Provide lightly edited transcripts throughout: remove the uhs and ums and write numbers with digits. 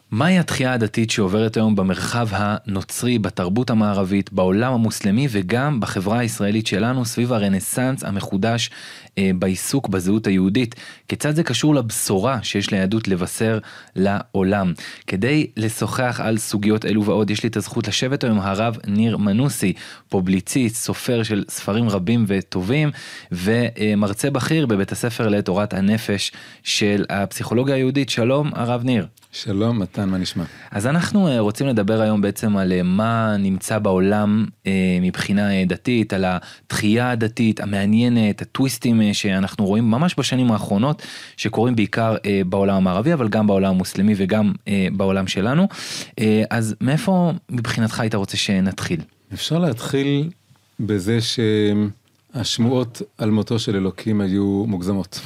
מהי התחייה הדתית שעוברת היום במרחב הנוצרי, בתרבות המערבית, בעולם המוסלמי וגם בחברה הישראלית שלנו סביב הרנסנס המחודש בעיסוק בזהות היהודית? כיצד זה קשור לבשורה שיש ליהדות לבשר לעולם? כדי לשוחח על סוגיות אלו ועוד, יש לי את הזכות לשבת היום הרב ניר מנוסי, פובליציסט, סופר של ספרים רבים וטובים, ומרצה בכיר בבית הספר לתורת הנפש של הפסיכולוגיה היהודית. שלום הרב ניר. שלום מתן, מה נשמע? אז אנחנו רוצים לדבר היום בעצם על מה נמצא בעולם מבחינה דתית, על התחייה הדתית המעניינת, הטוויסטים שאנחנו רואים ממש בשנים האחרונות, שקורים בעיקר בעולם המערבי, אבל גם בעולם המוסלמי וגם בעולם שלנו. אז מאיפה מבחינתך היית רוצה שנתחיל? אפשר להתחיל בזה שהשמועות על מותו של אלוקים היו מוגזמות.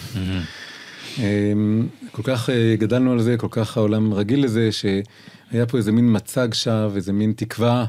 כל כך גדלנו על זה, כל כך העולם רגיל לזה, שהיה פה איזה מין מצג שווא, איזה מין תקווה,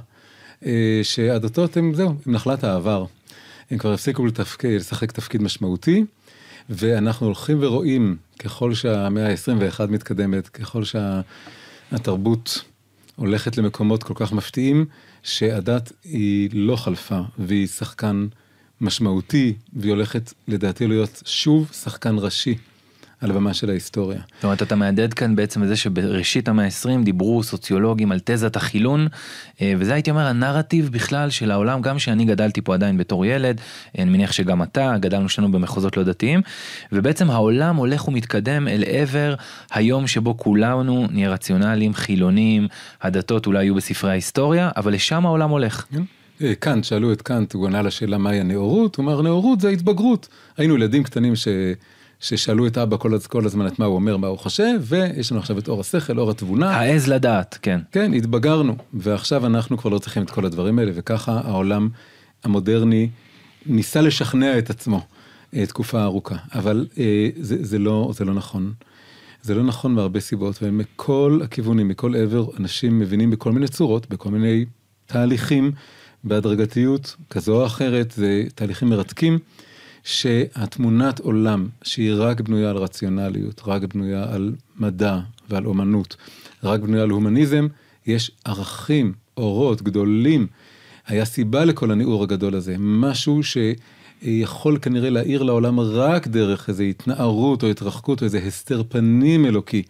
שהדתות הם זהו, הם נחלת העבר. הם כבר הפסיקו לשחק תפקיד משמעותי, ואנחנו הולכים ורואים, ככל שהמאה ה-21 מתקדמת, ככל שהתרבות הולכת למקומות כל כך מפתיעים, שהדת היא לא חלפה, והיא שחקן משמעותי, והיא הולכת לדעתי להיות שוב שחקן ראשי. על הבמה של ההיסטוריה. זאת אומרת, אתה מעדד כאן בעצם זה שבראשית המאה ה-20 דיברו סוציולוגים על תזת החילון, וזה הייתי אומר הנרטיב בכלל של העולם, גם שאני גדלתי פה עדיין בתור ילד, אני מניח שגם אתה, גדלנו שלנו במחוזות לא דתיים, ובעצם העולם הולך ומתקדם אל עבר היום שבו כולנו נהיה רציונליים, חילונים, הדתות אולי יהיו בספרי ההיסטוריה, אבל לשם העולם הולך. קאנט, שאלו את קאנט, הוא ענה לשאלה מהי הנאורות, הוא אמר, נאורות זה התבגרות. היינו ילדים קטנים ששאלו את אבא כל הזמן את מה הוא אומר, מה הוא חושב, ויש לנו עכשיו את אור השכל, אור התבונה. העז לדעת, כן. כן, התבגרנו, ועכשיו אנחנו כבר לא צריכים את כל הדברים האלה, וככה העולם המודרני ניסה לשכנע את עצמו תקופה ארוכה, אבל זה לא נכון. זה לא נכון מהרבה סיבות, ומכל הכיוונים, מכל עבר, אנשים מבינים בכל מיני צורות, בכל מיני תהליכים, בהדרגתיות כזו או אחרת, זה תהליכים מרתקים, שהתמונת עולם שהיא רק בנויה על רציונליות, רק בנויה על מדע ועל אומנות, רק בנויה על הומניזם, יש ערכים, אורות גדולים. היה סיבה לכל הניעור הגדול הזה, משהו שיכול כנראה להאיר לעולם רק דרך איזו התנערות או התרחקות או איזה הסתר פנים אלוקי.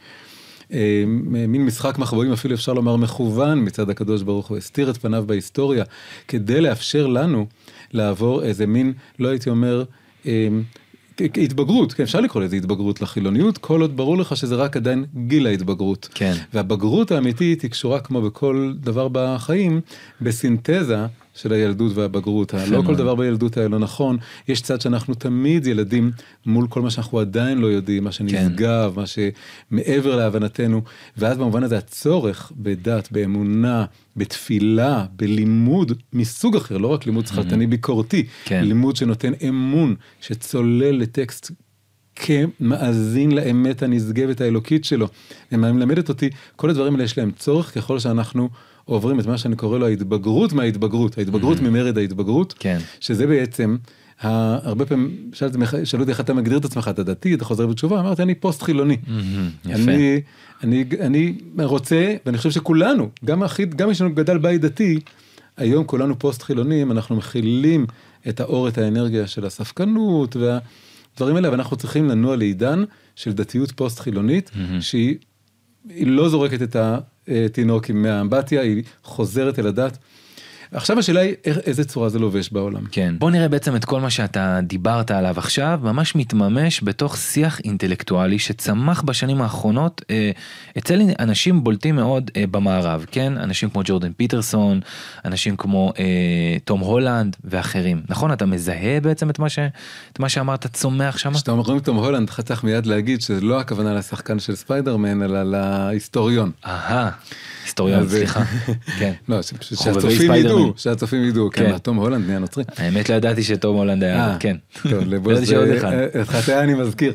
מין משחק מחבואים אפילו אפשר לומר מכוון מצד הקדוש ברוך הוא, הסתיר את פניו בהיסטוריה, כדי לאפשר לנו לעבור איזה מין, לא הייתי אומר, התבגרות, כן, אפשר לקרוא לזה התבגרות לחילוניות, כל עוד ברור לך שזה רק עדיין גיל ההתבגרות. כן. והבגרות האמיתית היא קשורה כמו בכל דבר בחיים, בסינתזה של הילדות והבגרות. לא כל דבר בילדות היה לא נכון, יש צד שאנחנו תמיד ילדים מול כל מה שאנחנו עדיין לא יודעים, מה שנשגב, מה שמעבר להבנתנו, ואז במובן הזה הצורך בדת, באמונה, בתפילה, בלימוד מסוג אחר, לא רק לימוד שכלתני ביקורתי, לימוד שנותן אמון, שצולל לטקסט כמאזין לאמת הנשגבת האלוקית שלו. הם מלמדת אותי, כל הדברים האלה יש להם צורך ככל שאנחנו עוברים את מה שאני קורא לו ההתבגרות מההתבגרות, ההתבגרות ממרד ההתבגרות, שזה בעצם, הרבה פעמים שאלו אותי איך אתה מגדיר את עצמך, אתה דתי, אתה חוזר בתשובה, אמרתי אני פוסט חילוני. אני רוצה, ואני חושב שכולנו, גם מי שגדל בית דתי, היום כולנו פוסט חילונים, אנחנו מכילים את האור, את האנרגיה של הספקנות והדברים האלה, ואנחנו צריכים לנוע לעידן של דתיות פוסט חילונית, שהיא לא זורקת את התינוק עם מהאמבטיה, היא חוזרת אל הדת. עכשיו השאלה היא איזה צורה זה לובש בעולם. כן. בוא נראה בעצם את כל מה שאתה דיברת עליו עכשיו, ממש מתממש בתוך שיח אינטלקטואלי שצמח בשנים האחרונות, אצל אנשים בולטים מאוד במערב, כן? אנשים כמו ג'ורדן פיטרסון, אנשים כמו תום הולנד ואחרים. נכון? אתה מזהה בעצם את מה שאמרת צומח שם? כשאתה אומרים תום הולנד, צריך מיד להגיד שזה לא הכוונה לשחקן של ספיידרמן, אלא להיסטוריון. היסטוריון, סליחה. כן. לא, שהצופים ידעו, כן, תום הולנד נהיה נוצרי. האמת לא ידעתי שתום הולנד היה, כן. טוב, לבוס, את חטאה אני מזכיר.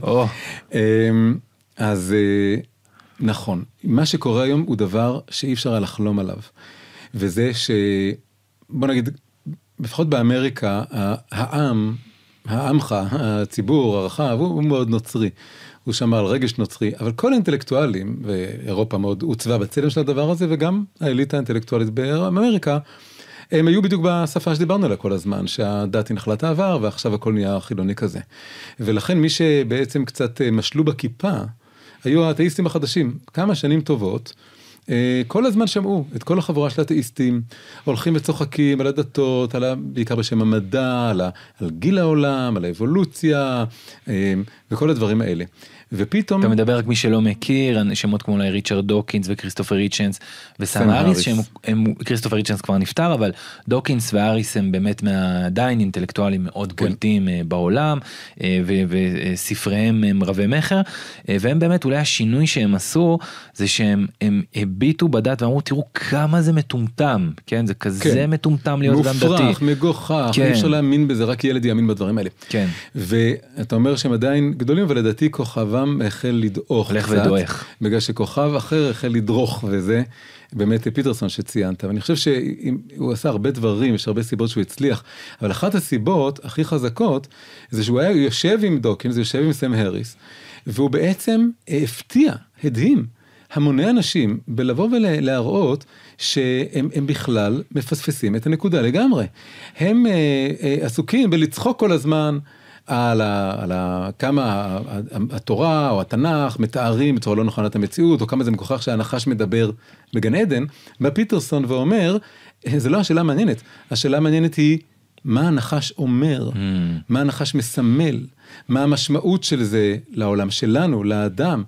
אז נכון, מה שקורה היום הוא דבר שאי אפשר לחלום עליו, וזה בוא נגיד, לפחות באמריקה, העמך, הציבור הרחב, הוא מאוד נוצרי. הוא שמע על רגש נוצרי, אבל כל האינטלקטואלים, ואירופה מאוד עוצבה בצלם של הדבר הזה, וגם האליטה האינטלקטואלית באמריקה, הם היו בדיוק בשפה שדיברנו עליה כל הזמן, שהדת היא נחלת העבר, ועכשיו הכל נהיה חילוני כזה. ולכן מי שבעצם קצת משלו בכיפה, היו האתאיסטים החדשים, כמה שנים טובות, כל הזמן שמעו את כל החבורה של האתאיסטים, הולכים וצוחקים על הדתות, בעיקר בשם המדע, על גיל העולם, על האבולוציה, וכל הדברים האלה. ופתאום... אתה מדבר רק מי שלא מכיר, שמות כמו אולי ריצ'רד דוקינס וכריסטופר ריצ'נס וסם האריס, כריסטופר ריצ'נס כבר נפטר, אבל דוקינס והאריס הם באמת עדיין אינטלקטואלים מאוד בולטים בעולם, וספריהם הם רבי מחר, והם באמת אולי השינוי שהם עשו, זה שהם הביטו בדת ואמרו, תראו כמה זה מטומטם, כן? זה כזה מטומטם להיות גם דתי. מופרך, מגוחך, אי אפשר להאמין בזה, רק ילד יאמין בדברים האלה. כן. ואתה אומר שהם עדיין גדולים, אבל לדעתי כוכבם החל לדעוך קצת, בגלל שכוכב אחר החל לדרוך, וזה באמת פיטרסון שציינת, ואני חושב שהוא עשה הרבה דברים, יש הרבה סיבות שהוא הצליח, אבל אחת הסיבות הכי חזקות, זה שהוא היה יושב עם דוקינס, יושב עם סם האריס, והוא בעצם הפתיע, הדהים, המוני אנשים בלבוא ולהראות שהם בכלל מפספסים את הנקודה לגמרי. הם עסוקים בלצחוק כל הזמן על כמה התורה או התנ"ך מתארים בצורה לא נכונה את המציאות, או כמה זה מכוחך שהנחש מדבר בגן עדן, בא פיטרסון ואומר, זה לא השאלה המעניינת, השאלה המעניינת היא, מה הנחש אומר? מה הנחש מסמל? מה המשמעות של זה לעולם שלנו, לאדם?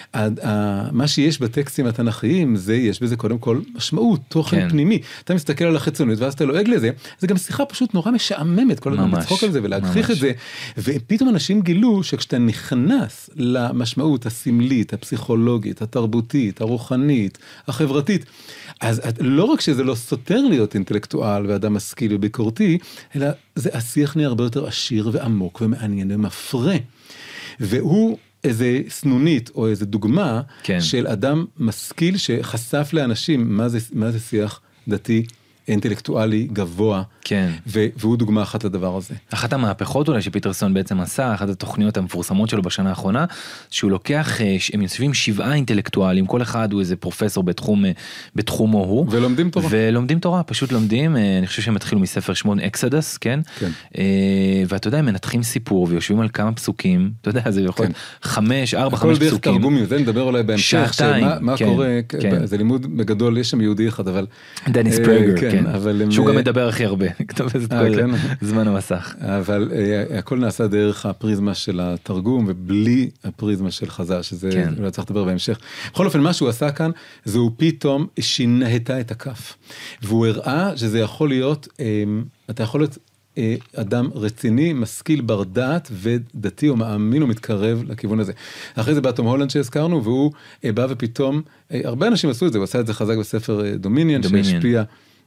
מה שיש בטקסטים התנ"כיים, יש בזה קודם כל משמעות, תוכן פנימי. אתה מסתכל על החיצוניות, ואז אתה לועג לזה, זה גם שיחה פשוט נורא משעממת, כל הזמן לצחוק על זה ולהגחיך את זה, ופתאום אנשים גילו שכשאתה נכנס למשמעות הסמלית, הפסיכולוגית, התרבותית, הרוחנית, החברתית, אז לא רק שזה לא סותר להיות אינטלקטואל ואדם משכיל וביקורתי, אלא זה השיח נהיה הרבה יותר עשיר ועמוק ומעניין ומפרה. והוא איזה סנונית או איזה דוגמה של אדם משכיל שחשף לאנשים מה זה שיח דתי, אינטלקטואלי, גבוה, והוא דוגמה אחת לדבר הזה. אחת המהפכות אולי שפיטרסון בעצם עשה, אחת התוכניות המפורסמות שלו בשנה האחרונה, שהוא לוקח, הם יושבים 7 אינטלקטואלים, כל אחד הוא איזה פרופסור בתחומו הוא. ולומדים תורה, פשוט לומדים, אני חושב שהם התחילו מספר שמות אקסודוס, כן? ואתה יודע, הם מנתחים סיפור, ויושבים על כמה פסוקים, אתה יודע, זה יכול להיות 5, 4, 5 פסוקים. הכל דרך תרגומים, זה נדבר אולי בהמשך, מה קורה, זה לימוד בגדול, יש שם יהודי אחד, אבל... דניס פרגר, כן. שהוא גם מדבר הכי הרבה, כתוב את כל זמן המסך. אבל הכל נעשה דרך הפריזמה של התרגום, ובלי הפריזמה של חז"ל, שזה לא צריך לדבר בהמשך. בכל אופן, מה שהוא עשה כאן, זה הוא פתאום שינהתה את הכף. והוא הראה שזה יכול להיות, אתה יכול להיות אדם רציני, משכיל, בר דעת ודתי או מאמין או מתקרב לכיוון הזה. אחרי זה בא תום הולנד שהזכרנו, והוא בא ופתאום, הרבה אנשים עשו את זה, הוא עשה את זה חזק בספר דומיניאן, שהשפיע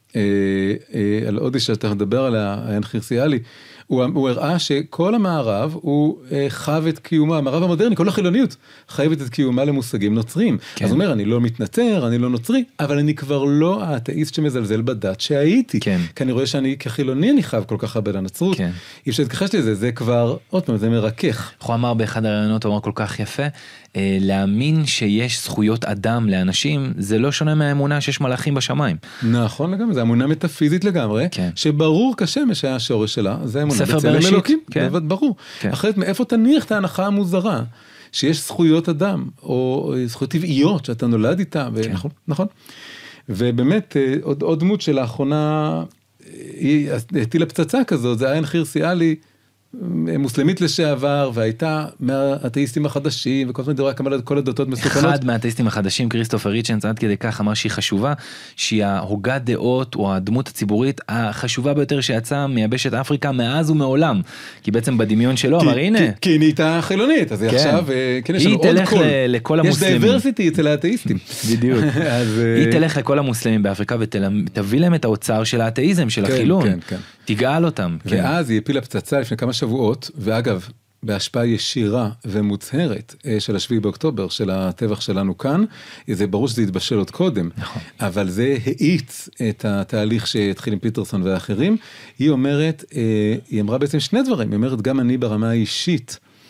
על עוד איש שאתה מדבר עליה, העין חירסיאלי, הוא הראה שכל המערב הוא חייב את קיומה, המערב המודרני, כל החילוניות חייבת את קיומה למושגים נוצרים. אז הוא אומר, אני לא מתנצר, אני לא נוצרי, אבל אני כבר לא האתאיסט שמזלזל בדת שהייתי. כי אני רואה שאני כחילוני אני חייב כל כך הרבה לנצרות. אי אפשר להתכחש לזה, זה כבר, עוד פעם, זה מרכך. הוא אמר באחד הרעיונות, הוא אמר כל כך יפה, להאמין שיש זכויות אדם לאנשים, זה לא שונה מהאמונה שיש מלאכים בשמיים. נכון לגמרי, זה אמונה מטאפיזית לגמרי, שברור כשמש היה השורש שלה, זה אמונה בצלם אלוקים, ברור. אחרת מאיפה תניח את ההנחה המוזרה, שיש זכויות אדם, או זכויות טבעיות שאתה נולד איתה, נכון. ובאמת, עוד דמות שלאחרונה, היא הטילה פצצה כזאת, זה העין חירסיאלי, מוסלמית לשעבר, והייתה מהאתאיסטים החדשים, וכל הזמן דברה כמה כל הדתות מסוכנות. אחד מהאתאיסטים החדשים, כריסטופר ריצ'נס, עד כדי כך אמר שהיא חשובה, שהיא ההוגת דעות, או הדמות הציבורית, החשובה ביותר שיצאה מייבשת אפריקה, מאז ומעולם. כי בעצם בדמיון שלו, אמר הנה. כי היא נהייתה חילונית, אז היא עכשיו, כן, יש לנו עוד קול. היא תלך לכל המוסלמים. יש דייברסיטי אצל האתאיסטים. בדיוק. היא תלך לכל המוסלמים באפריקה, ותביא להם את האוצר של האתאיזם, של החילון. תגאל אותם. ואז היא הפילה פצצה לפני כמה שבועות, ואגב, בהשפעה ישירה ומוצהרת של השביעי באוקטובר, של הטבח שלנו כאן, זה ברור שזה יתבשל עוד קודם, אבל זה האיץ את התהליך שהתחיל עם פיטרסון ואחרים. היא אומרת, היא אמרה בעצם שני דברים, היא אומרת, גם אני ברמה האישית,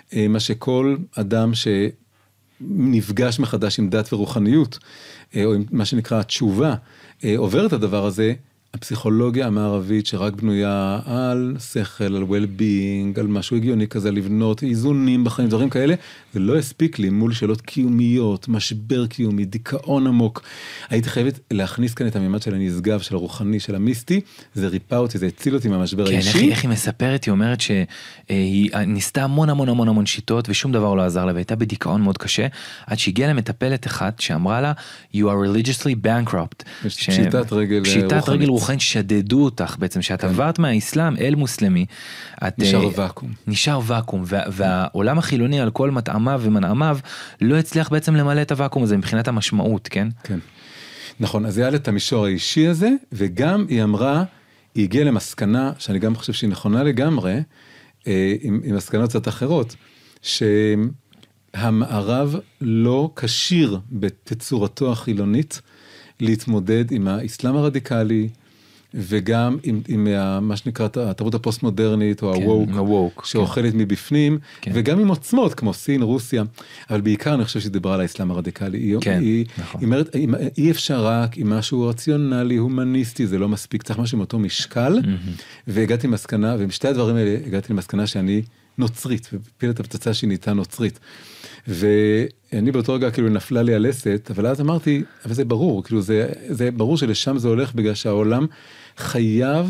מה שכל אדם שנפגש מחדש עם דת ורוחניות, או עם מה שנקרא תשובה, עובר את הדבר הזה, הפסיכולוגיה המערבית שרק בנויה על שכל, על well-being, על משהו הגיוני כזה, לבנות איזונים בחיים, דברים כאלה, זה לא הספיק לי מול שאלות קיומיות, משבר קיומי, דיכאון עמוק. הייתי חייבת להכניס כאן את הממד של הנשגב, של הרוחני, של המיסטי, זה ריפא אותי, זה הציל אותי מהמשבר האישי. כן, איך היא מספרת, היא אומרת שהיא ניסתה המון שיטות, ושום דבר לא עזר לה, והייתה בדיכאון מאוד קשה, עד שהגיעה למטפלת אחת שאמרה לה, you are religiously bankrupt. פשיטת רגל רוחנית שדדו אותך בעצם, שאת עברת מהאסלאם אל מוסלמי. נשאר ואקום. והעולם החילוני על כל מטעמיו ומנעמיו, לא הצליח בעצם למלא את הוואקום הזה, מבחינת המשמעות, כן? כן. נכון, אז היה לה את המישור האישי הזה, וגם היא אמרה, היא הגיעה למסקנה, שאני גם חושב שהיא נכונה לגמרי, עם מסקנות קצת אחרות, שהמערב לא כשיר בתצורתו החילונית, להתמודד עם האסלאם הרדיקלי, וגם עם מה שנקרא התרבות הפוסט-מודרנית, או הווק, שאוכלת מבפנים, וגם עם עוצמות, כמו סין, רוסיה, אבל בעיקר אני חושב שהיא דיברה על האסלאם הרדיקלי. היא אומרת, אי אפשר רק עם משהו רציונלי, הומניסטי, זה לא מספיק, צריך משהו עם אותו משקל, והגעתי למסקנה, ומשתי הדברים האלה הגעתי למסקנה שאני נוצרית, ופילת הפצצה שהיא נהייתה נוצרית. ואני באותו רגע כאילו נפלה לי הלסת, אבל אז אמרתי, אבל זה ברור, כאילו זה ברור שלשם זה הולך, בגלל שהעולם חייב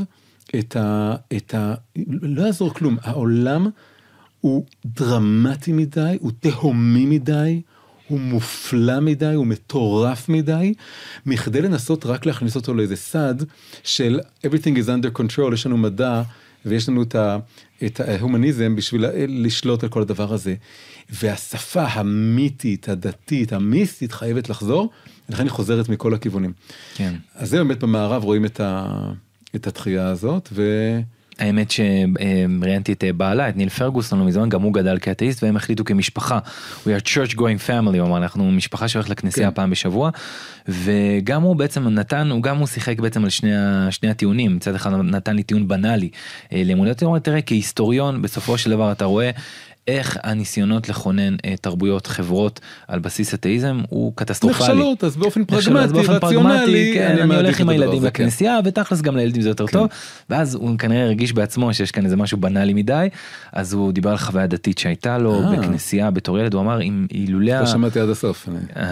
לא יעזור כלום, העולם הוא דרמטי מדי, הוא תהומי מדי, הוא מופלא מדי, הוא מטורף מדי, מכדי לנסות רק להכניס אותו לאיזה סד של everything is under control, יש לנו מדע, ויש לנו את ההומניזם בשביל לשלוט על כל הדבר הזה. והשפה המיתית, הדתית, המיסטית חייבת לחזור, ולכן היא חוזרת מכל הכיוונים. כן. אז זה באמת במערב רואים את התחייה הזאת, האמת שראיינתי את בעלה, את ניל פרגוסון, לא מזמן, גם הוא גדל כאתאיסט, והם החליטו כמשפחה, we are church going family, הוא אמר, אנחנו משפחה שהולכת לכנסייה פעם בשבוע, וגם הוא בעצם נתן, גם הוא שיחק בעצם על שני הטיעונים, מצד אחד נתן לי טיעון בנאלי, לאמונות, תראה, כהיסטוריון, בסופו של דבר אתה רואה, איך הניסיונות לכונן תרבויות, חברות, על בסיס אתאיזם, הוא קטסטרופלי. נכשלות, אז באופן פרגמטי, רציונלי, כן, אני הולך עם הילדים לכנסייה, ותכלס גם לילדים זה יותר טוב, ואז הוא כנראה הרגיש בעצמו, שיש כאן איזה משהו בנאלי מדי, אז הוא דיבר על חוויה דתית שהייתה לו, בכנסייה, בתור ילד, הוא אמר, אם אילוליה... לא שמעתי עד הסוף.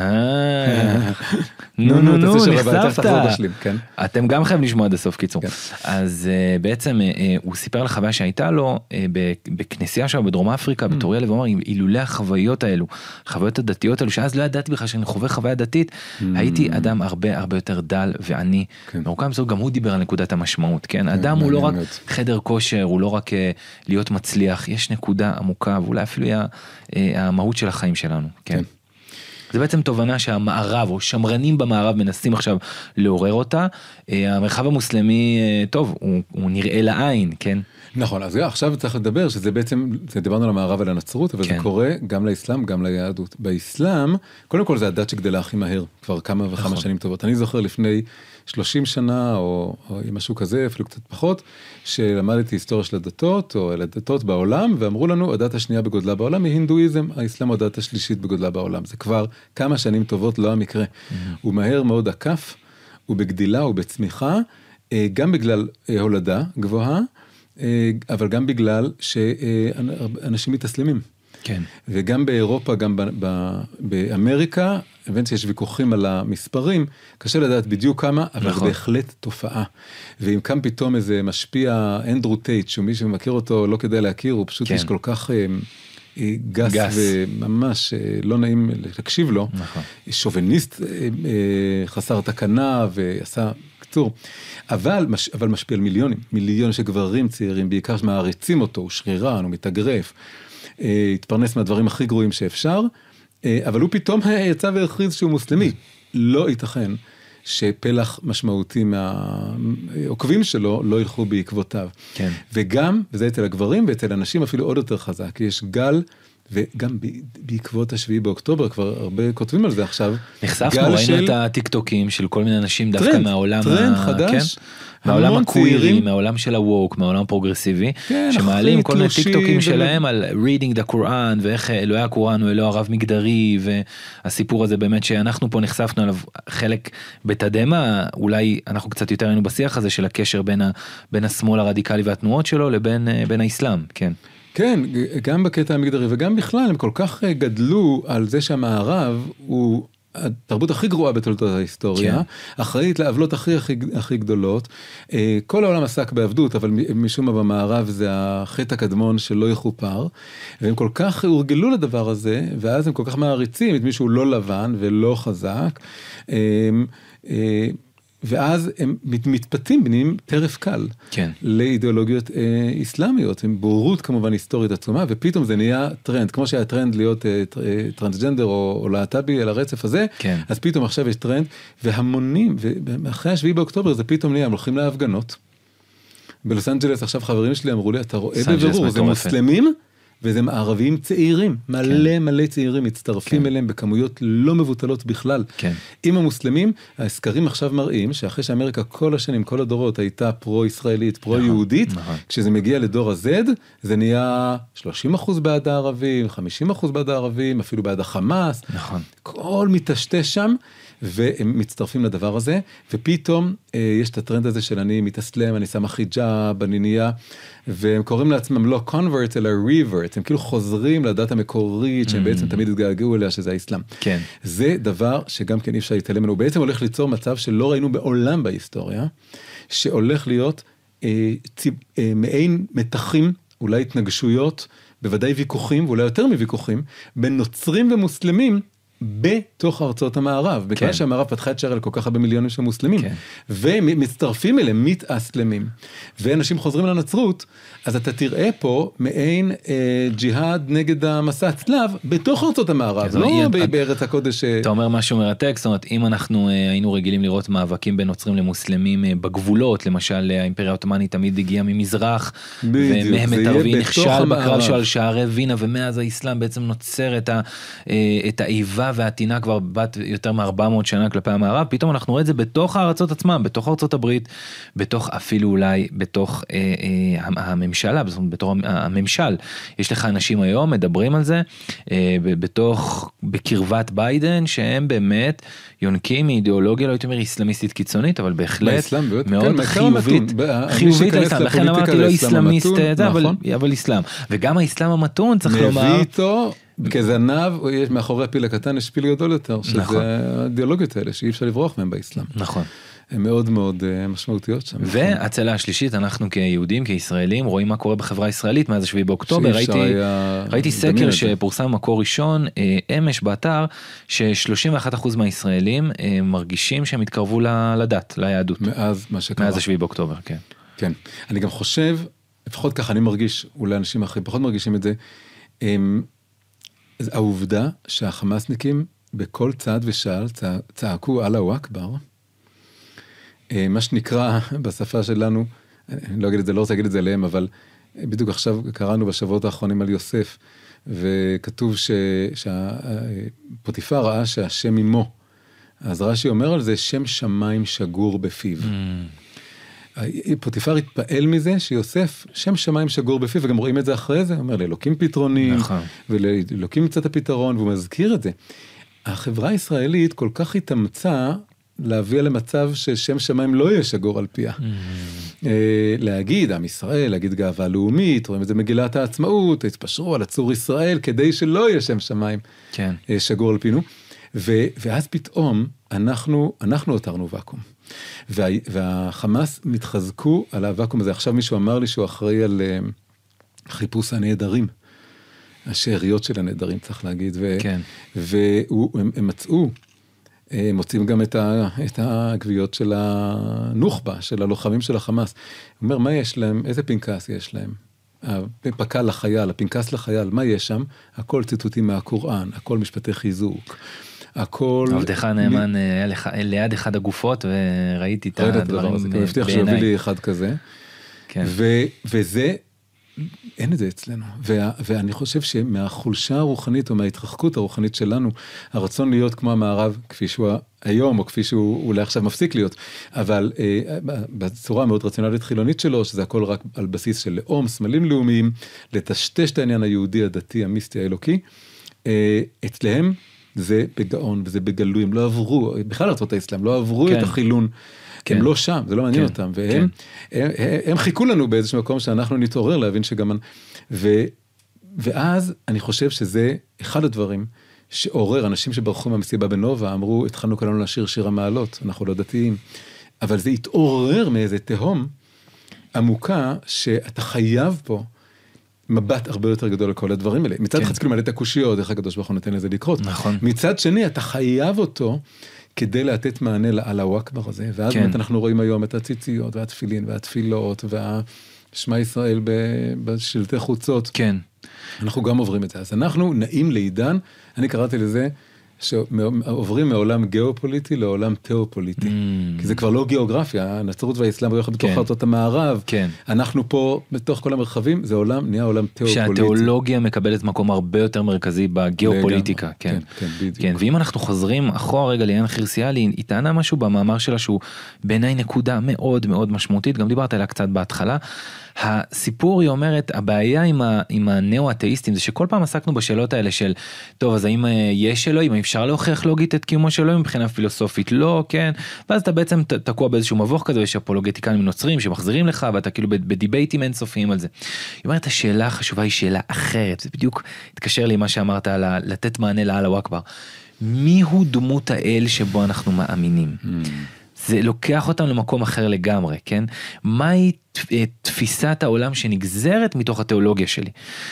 נו, נחשפת. אתם גם חייבים לשמוע עד הסוף, קיצור. אז בעצם, הוא סיפר על חוויה שהייתה לו, בכנסייה שם, בדרום אפריקה, בתור ילד, ואומר, אילולא החוויות האלו, החוויות הדתיות האלו, שאז לא ידעתי בכלל שאני חווה חוויה דתית, הייתי אדם הרבה יותר דל ועני. מרוקם זו, גם הוא דיבר על נקודת המשמעות, כן? אדם הוא לא רק חדר כושר, הוא לא רק להיות מצליח, יש נקודה עמוקה, ואולי אפילו המהות של החיים שלנו, כן? זה בעצם תובנה שהמערב, או שמרנים במערב, מנסים עכשיו לעורר אותה. המרחב המוסלמי, טוב, הוא נראה לעין, כן? נכון, אז עכשיו צריך לדבר שזה בעצם, דיברנו על המערב ועל הנצרות, אבל זה קורה גם לאסלאם, גם ליהדות. באסלאם, קודם כל זה הדת שגדלה הכי מהר, כבר כמה וכמה שנים טובות. אני זוכר לפני 30 שנה, או משהו כזה, אפילו קצת פחות, שלמדתי היסטוריה של הדתות, או על הדתות בעולם, ואמרו לנו, הדת השנייה בגודלה בעולם היא הינדואיזם, האסלאם הוא הדת השלישית בגודלה בעולם. זה כבר כמה שנים טובות, לא המקרה. הוא מהר מאוד עקף, הוא בגדילה, הוא בצמיחה, גם בגלל הולדה גבוהה, אבל גם בגלל שאנשים מתאסלמים. כן. וגם באירופה, גם באמריקה, הבנתי שיש ויכוחים על המספרים, קשה לדעת בדיוק כמה, אבל זה בהחלט תופעה. ואם כאן פתאום איזה משפיע אנדרו טייט, שמי שמכיר אותו לא כדאי להכיר, הוא פשוט יש כל כך גס וממש לא נעים להקשיב לו. שוביניסט חסר תקנה ועשה קצור. אבל משפיע על מיליונים של גברים צעירים, בעיקר שמעריצים אותו, הוא שרירן, הוא מתאגרף, התפרנס מהדברים הכי גרועים שאפשר, אבל הוא פתאום יצא והכריז שהוא מוסלמי. לא ייתכן שפלח משמעותי מהעוקבים שלו לא ילכו בעקבותיו. כן. וגם, וזה אצל הגברים ואצל אנשים אפילו עוד יותר חזק, יש גל וגם בעקבות השביעי באוקטובר, כבר הרבה כותבים על זה עכשיו. נחשפנו, ראינו את הטיקטוקים של כל מיני אנשים דווקא מהעולם, טרנד חדש, מהעולם הקווירי, מהעולם של הווק, מהעולם הפרוגרסיבי, שמעלים כל מיני טיקטוקים שלהם על reading the Quran, ואיך אלוהי הקוראן הוא אלוה הרב מגדרי, והסיפור הזה באמת שאנחנו פה נחשפנו עליו חלק בתדמה, אולי אנחנו קצת יותר היינו בשיח הזה של הקשר בין השמאל הרדיקלי והתנועות שלו לבין האסלאם, כן. כן, גם בקטע המגדרי וגם בכלל, הם כל כך גדלו על זה שהמערב הוא התרבות הכי גרועה בתולדות ההיסטוריה, אחראית לעוולות הכי גדולות. כל העולם עסק בעבדות, אבל משום מה במערב זה החטא הקדמון שלא יכופר, והם כל כך הורגלו לדבר הזה, ואז הם כל כך מעריצים את מישהו לא לבן ולא חזק, ואז הם מתפתים בניים טרף קל לאידיאולוגיות איסלאמיות, עם בורות כמובן היסטורית עצומה, ופתאום זה נהיה טרנד, כמו שהיה טרנד להיות טרנסג'נדר או להט"בי על הרצף הזה, אז פתאום עכשיו יש טרנד, והמונים, ואחרי השביעי באוקטובר זה פתאום נהיה, הם הולכים להפגנות, בלוס אנג'לס עכשיו חברים שלי אמרו לי, אתה רואה בבירור, זה מוסלמים, וזה ערבים צעירים, מלא צעירים מצטרפים אליהם בכמויות לא מבוטלות בכלל. עם המוסלמים, הסקרים עכשיו מראים שאחרי שאמריקה כל השנים, כל הדורות הייתה פרו-ישראלית, פרו-יהודית, כשזה מגיע לדור ה-Z, זה נהיה 30% בעד הערבים, 50% בעד הערבים, אפילו בעד החמאס. כל מטשטש שם, והם מצטרפים לדבר הזה, ופתאום יש את הטרנד הזה של אני מתאסלם, אני שם חיג'אב, אני נהיה, והם קוראים לעצמם לא convert אלא revert, הם כאילו חוזרים לדת המקורית, שהם בעצם תמיד התגעגעו אליה, שזה האסלאם. כן. זה דבר שגם כן אי אפשר להתעלם ממנו, הוא בעצם הולך ליצור מצב שלא ראינו בעולם בהיסטוריה, שהולך להיות מעין מתחים, אולי התנגשויות, בוודאי ויכוחים, ואולי יותר מוויכוחים, בין נוצרים ומוסלמים, בתוך ארצות המערב, בגלל שהמערב פתחה את שעריה לכל כך הרבה מיליונים של מוסלמים, ומצטרפים אליהם, מתאסלמים, ואנשים חוזרים לנצרות, אז אתה תראה פה מעין ג'יהאד נגד המסע הצלב, בתוך ארצות המערב, לא בארץ הקודש. אתה אומר משהו מרתק, זאת אומרת, אם אנחנו היינו רגילים לראות מאבקים בין נוצרים למוסלמים בגבולות, למשל האימפריה העות'מאנית תמיד הגיעה ממזרח, ומהמת ערבי נכשל בקרב שלו על שערי וינה, ומאז האסלאם בעצם נוצר את האיבה והעטינה כבר בת יותר מ-400 שנה כלפי המערב, פתאום אנחנו רואים את זה בתוך הארצות עצמם, בתוך ארצות הברית, בתוך אפילו אולי, בתוך הממשלה, בתוך הממשל. יש לך אנשים היום, מדברים על זה, בקרבת ביידן, שהם באמת יונקים מאידיאולוגיה, לא הייתי אומר איסלאמיסטית קיצונית, אבל בהחלט מאוד חיובית, לכן אמרתי לא איסלאמיסט, אבל איסלאם. וגם האסלאם המתון, צריך לומר, מביא איתו, כזנב, מאחורי הפיל הקטן יש פיל גדול יותר, שזה האידיאולוגיות האלה, שאי אפשר לברוח מהם באסלאם. נכון. הן מאוד מאוד משמעותיות שם. והצלע השלישית, אנחנו כיהודים, כישראלים, רואים מה קורה בחברה הישראלית מאז 7 באוקטובר. ראיתי סקר שפורסם מקור ראשון, אמש באתר, ש31% מהישראלים מרגישים שהם התקרבו לדת, ליהדות. מאז מה שקרה. מאז 7 באוקטובר, כן. כן. אני גם חושב, לפחות ככה אני מרגיש, אולי אנשים אחרים פחות מרגישים את זה, העובדה שהחמאסניקים בכל צעד ושעל צעקו אללהו אכבר, מה שנקרא בשפה שלנו, אני לא אגיד את זה, לא רוצה להגיד את זה עליהם, אבל בדיוק עכשיו קראנו בשבועות האחרונים על יוסף, וכתוב שפוטיפר ראה שהשם עמו, אז רש"י אומר על זה, שם שמיים שגור בפיו. פוטיפר התפעל מזה שיוסף שם שמיים שגור בפיו, וגם רואים את זה אחרי זה, הוא אומר לאלוקים פתרונים, ולאלוקים מצאת הפתרון, והוא מזכיר את זה. החברה הישראלית כל כך התאמצה, להביא למצב ששם שמיים לא יהיה שגור על פיה. להגיד, עם ישראל, להגיד גאווה לאומית, רואים את זה מגילת העצמאות, התפשרו על הצור ישראל, כדי שלא יהיה שם שמיים שגור על פינו. ואז פתאום אנחנו הותרנו ואקום. והחמאס מתחזקו על הוואקום הזה. עכשיו מישהו אמר לי שהוא אחראי על חיפוש הנהדרים. השאריות של הנהדרים, צריך להגיד. והם מצאו, מוצאים גם את הגוויות של הנוח'בה, של הלוחמים של החמאס. הוא אומר, מה יש להם? איזה פנקס יש להם? הפקל לחייל, הפנקס לחייל, מה יש שם? הכל ציטוטים מהקוראן, הכל משפטי חיזוק, הכל... עבדך נאמן היה ליד אחד הגופות, וראיתי את הדברים בעיניי. הוא הבטיח שיוביל לי אחד כזה. וזה אין את זה אצלנו, ואני חושב שמהחולשה הרוחנית או מההתרחקות הרוחנית שלנו, הרצון להיות כמו המערב, כפי שהוא היום, או כפי שהוא אולי עכשיו מפסיק להיות, אבל בצורה מאוד רציונלית חילונית שלו, שזה הכל רק על בסיס של לאום, סמלים לאומיים, לטשטש את העניין היהודי, הדתי, המיסטי, האלוקי, אצלהם זה בגאון, וזה בגלוי, הם לא עברו, בכלל ארצות האסלאם, לא עברו את החילון, הם לא שם, זה לא מעניין אותם, והם חיכו לנו באיזשהו מקום שאנחנו נתעורר להבין שגם, ואז אני חושב שזה אחד הדברים שעורר, אנשים שברחו מהמסיבה בנובה, אמרו, התחלנו כולנו לשיר שיר המעלות, אנחנו לא דתיים, אבל זה התעורר מאיזה תהום עמוקה, שאתה חייב פה מבט הרבה יותר גדול לכל הדברים האלה. מצד אחד, כאילו מעלה את הקושיות, איך הקדוש ברוך הוא נותן לזה לקרות. נכון. מצד שני, אתה חייב אותו, כדי לתת מענה לאללהו אכבר הזה, ואז באמת אנחנו רואים היום את הציציות, והתפילין, והתפילות, והשמע ישראל בשלטי חוצות. כן. אנחנו גם עוברים את זה. אז אנחנו נעים לעידן, אני קראתי לזה, שעוברים מעולם גיאופוליטי לעולם תיאופוליטי. כי זה כבר לא גיאוגרפיה, הנצרות והאסלאם ביחד בתוך ארצות המערב. כן. אנחנו פה, בתוך כל המרחבים, זה עולם, נהיה עולם תיאופוליטי. שהתיאולוגיה מקבלת מקום הרבה יותר מרכזי בגיאופוליטיקה. כן, כן, בדיוק. כן, ואם אנחנו חוזרים אחורה רגע לעניין חירסיאלי, היא טענה משהו במאמר שלה שהוא בעיניי נקודה מאוד מאוד משמעותית, גם דיברת עליה קצת בהתחלה. הסיפור, היא אומרת, הבעיה עם הנאו-אתאיסטים זה שכל פעם עסקנו בשאלות האלה של, טוב, אז האם יש אלוהים, האם אפשר להוכיח לוגית את קיומו של אלוהים מבחינה פילוסופית? לא, כן, ואז אתה בעצם תקוע באיזשהו מבוך כזה, יש אפולוגטיקנים נוצרים שמחזירים לך, ואתה כאילו בדיבייטים אינסופיים על זה. היא אומרת, השאלה החשובה היא שאלה אחרת, זה בדיוק התקשר לי מה שאמרת על לתת מענה לאללהו אכבר. מי הוא דמות האל שבו אנחנו מאמינים? זה לוקח אותם למקום אחר לגמרי, כן? מהי תפיסת העולם שנגזרת מתוך התיאולוגיה שלי?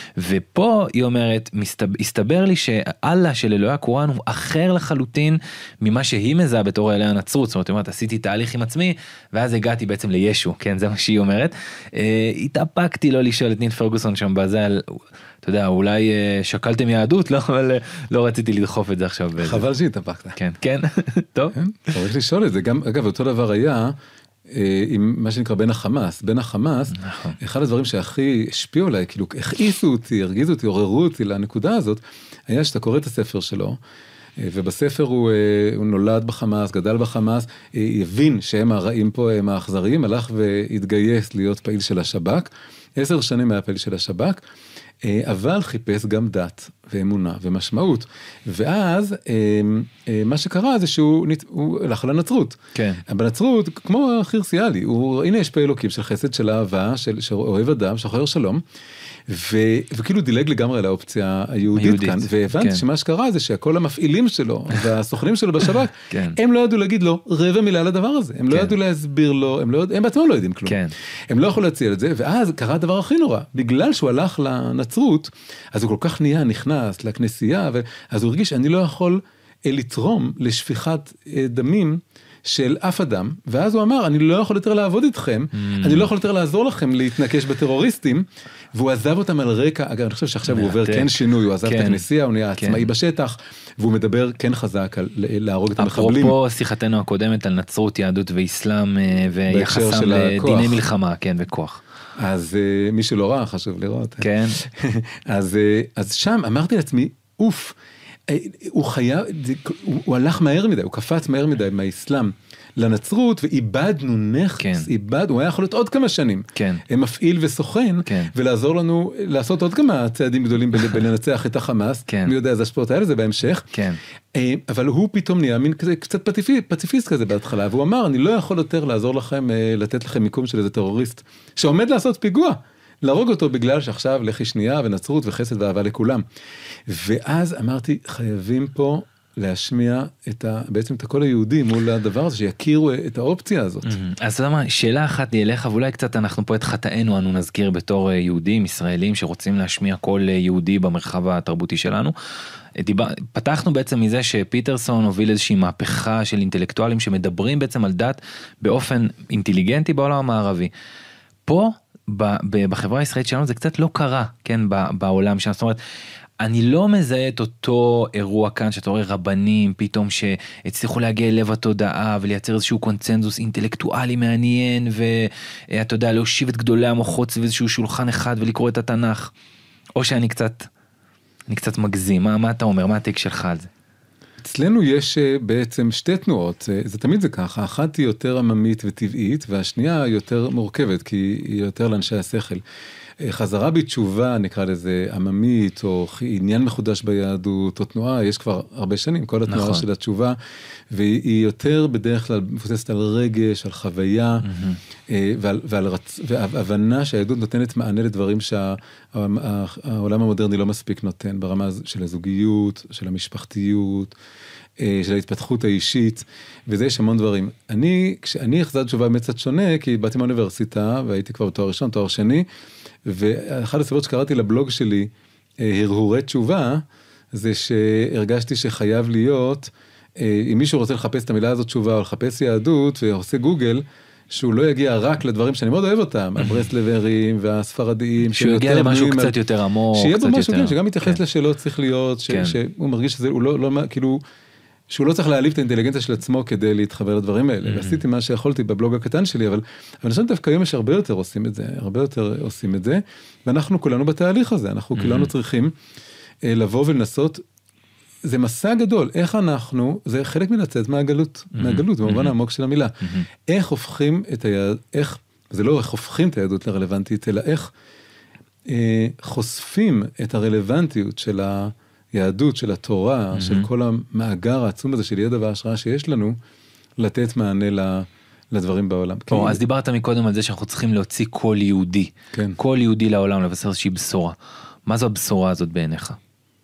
ופה היא אומרת, הסתבר לי שאללה של אלוהי הקוראן הוא אחר לחלוטין ממה שהיא מזהה בתור אלוהי הנצרות. זאת אומרת, עשיתי תהליך עם עצמי, ואז הגעתי בעצם לישו, כן? זה מה שהיא אומרת. התאפקתי לא לשאול את ניל פרגוסון שם בזה על... אתה יודע, אולי שקלתם יהדות, לא, אבל לא רציתי לדחוף את זה עכשיו. חבל שהתאפקת. כן, כן, טוב. צריך לשאול את זה. גם, אגב, אותו דבר היה עם מה שנקרא בין החמאס. בין החמאס, אחד הדברים שהכי השפיעו עליי, כאילו הכעיסו אותי, הרגיזו אותי, עוררו אותי לנקודה הזאת, היה שאתה קורא את הספר שלו, ובספר הוא נולד בחמאס, גדל בחמאס, יבין שהם הרעים פה, הם האכזריים, הלך והתגייס להיות פעיל של השב"כ, 10 שנים היה פעיל של השב"כ, אבל חיפש גם דת ואמונה ומשמעות. ואז מה שקרה זה שהוא הלך לנצרות. כן. בנצרות, כמו חירסיאלי, הנה יש פה אלוקים של חסד, של אהבה, שאוהב אדם, שוחר שלום, וכאילו דילג לגמרי על האופציה היהודית כאן, והבנתי שמה שקרה זה שהכל המפעילים שלו, והסוכנים שלו בשב"כ, הם לא ידעו להגיד לו רבע מילה לדבר הזה, הם לא ידעו להסביר לו, הם בעצמם לא יודעים כלום, הם לא יכולו להציע את זה, ואז קרה הדבר הכי נורא, בגלל שהוא הלך לנצרות, אז הוא כל כך נכנס לכנסייה, אז הוא הרגיש, אני לא יכול לתרום לשפיכת דמים, של אף אדם, ואז הוא אמר, אני לא יכול יותר לעבוד איתכם, אני לא יכול יותר לעזור לכם להתנקש בטרוריסטים, והוא עזב אותם על רקע, אגב, אני חושב שעכשיו הוא עובר כן שינוי, הוא עזב את הכנסייה, הוא נהיה עצמאי בשטח, והוא מדבר כן חזק על להרוג את המחבלים. אפרופו שיחתנו הקודמת על נצרות, יהדות ואסלאם, ויחסם לדיני מלחמה, כן, וכוח. אז מי שלא ראה, חשוב לראות. כן. אז שם אמרתי לעצמי, אוף, הוא הלך מהר מדי, הוא קפץ מהר מדי מהאסלאם לנצרות, ואיבדנו נכס, הוא היה יכול להיות עוד כמה שנים, מפעיל וסוכן, ולעזור לנו לעשות עוד כמה צעדים גדולים בלנצח את החמאס, מי יודע, זה השפעות האלה, זה בהמשך, אבל הוא פתאום נהיה מין קצת פציפיסט כזה בהתחלה, והוא אמר, אני לא יכול יותר לעזור לכם, לתת לכם מיקום של איזה טרוריסט, שעומד לעשות פיגוע, להרוג אותו בגלל שעכשיו לחי שנייה ונצרות וחסד ואהבה לכולם. ואז אמרתי, חייבים פה להשמיע בעצם את הקול היהודי מול הדבר הזה, שיכירו את האופציה הזאת. אז אתה יודע מה, שאלה אחת לי אליך, ואולי קצת אנחנו פה את חטאנו, אנו נזכיר בתור יהודים, ישראלים, שרוצים להשמיע קול יהודי במרחב התרבותי שלנו. פתחנו בעצם מזה שפיטרסון הוביל איזושהי מהפכה של אינטלקטואלים, שמדברים בעצם על דת באופן אינטליגנטי בעולם המערבי. פה, בחברה הישראלית שלנו זה קצת לא קרה, כן, בעולם שלנו, זאת אומרת, אני לא מזהה את אותו אירוע כאן, שאתה רואה רבנים פתאום שהצליחו להגיע ללב התודעה, ולייצר איזשהו קונצנזוס אינטלקטואלי מעניין, ואתה יודע, להושיב את גדולי המוחות סביב איזשהו שולחן אחד, ולקרוא את התנ"ך, או שאני קצת מגזים, מה אתה אומר, מה הטייק שלך על זה? אצלנו יש בעצם שתי תנועות, זה תמיד זה ככה, אחת היא יותר עממית וטבעית, והשנייה יותר מורכבת, כי היא יותר לאנשי השכל. חזרה בתשובה, נקרא לזה עממית, או עניין מחודש ביהדות, או תנועה, יש כבר הרבה שנים, כל התנועה נכון. של התשובה, והיא יותר בדרך כלל מבוססת על רגש, על חוויה, ועל הבנה שהיהדות נותנת מענה לדברים שהעולם המודרני לא מספיק נותן, ברמה של הזוגיות, של המשפחתיות, של ההתפתחות האישית, וזה יש המון דברים. כשאני החזרתי תשובה באמת קצת שונה, כי באתי מהאוניברסיטה, והייתי כבר בתואר ראשון, תואר שני, ואחת הסיבות שקראתי לבלוג שלי, הרהורי תשובה, זה שהרגשתי שחייב להיות, אם מישהו רוצה לחפש את המילה הזאת תשובה, או לחפש יהדות, ועושה גוגל, שהוא לא יגיע רק לדברים שאני מאוד אוהב אותם, הברסלברים והספרדיים, שהוא יגיע למשהו קצת יותר עמוק, שיהיה בו משהו, כן, שגם מתייחס לשאלות צריך להיות, שהוא מרגיש שזה, הוא לא, כאילו, שהוא לא צריך להעליב את האינטליגנציה של עצמו כדי להתחבר לדברים האלה. ועשיתי מה שיכולתי בבלוג הקטן שלי, אבל אני חושב דווקא היום יש הרבה יותר עושים את זה, ואנחנו כולנו בתהליך הזה, אנחנו כולנו צריכים לבוא ולנסות, זה מסע גדול, איך אנחנו, זה חלק מלצאת מהגלות, במובן העמוק של המילה. איך הופכים את היהדות, זה לא איך הופכים את היהדות לרלוונטית, אלא איך חושפים את הרלוונטיות של היהדות, של התורה, של כל המאגר העצום הזה של ידע וההשראה שיש לנו, לתת מענה לדברים בעולם. אז דיברת מקודם על זה שאנחנו צריכים להוציא קול יהודי, קול יהודי לעולם, לבשר איזושהי בשורה. מה זו הבשורה הזאת בעיניך?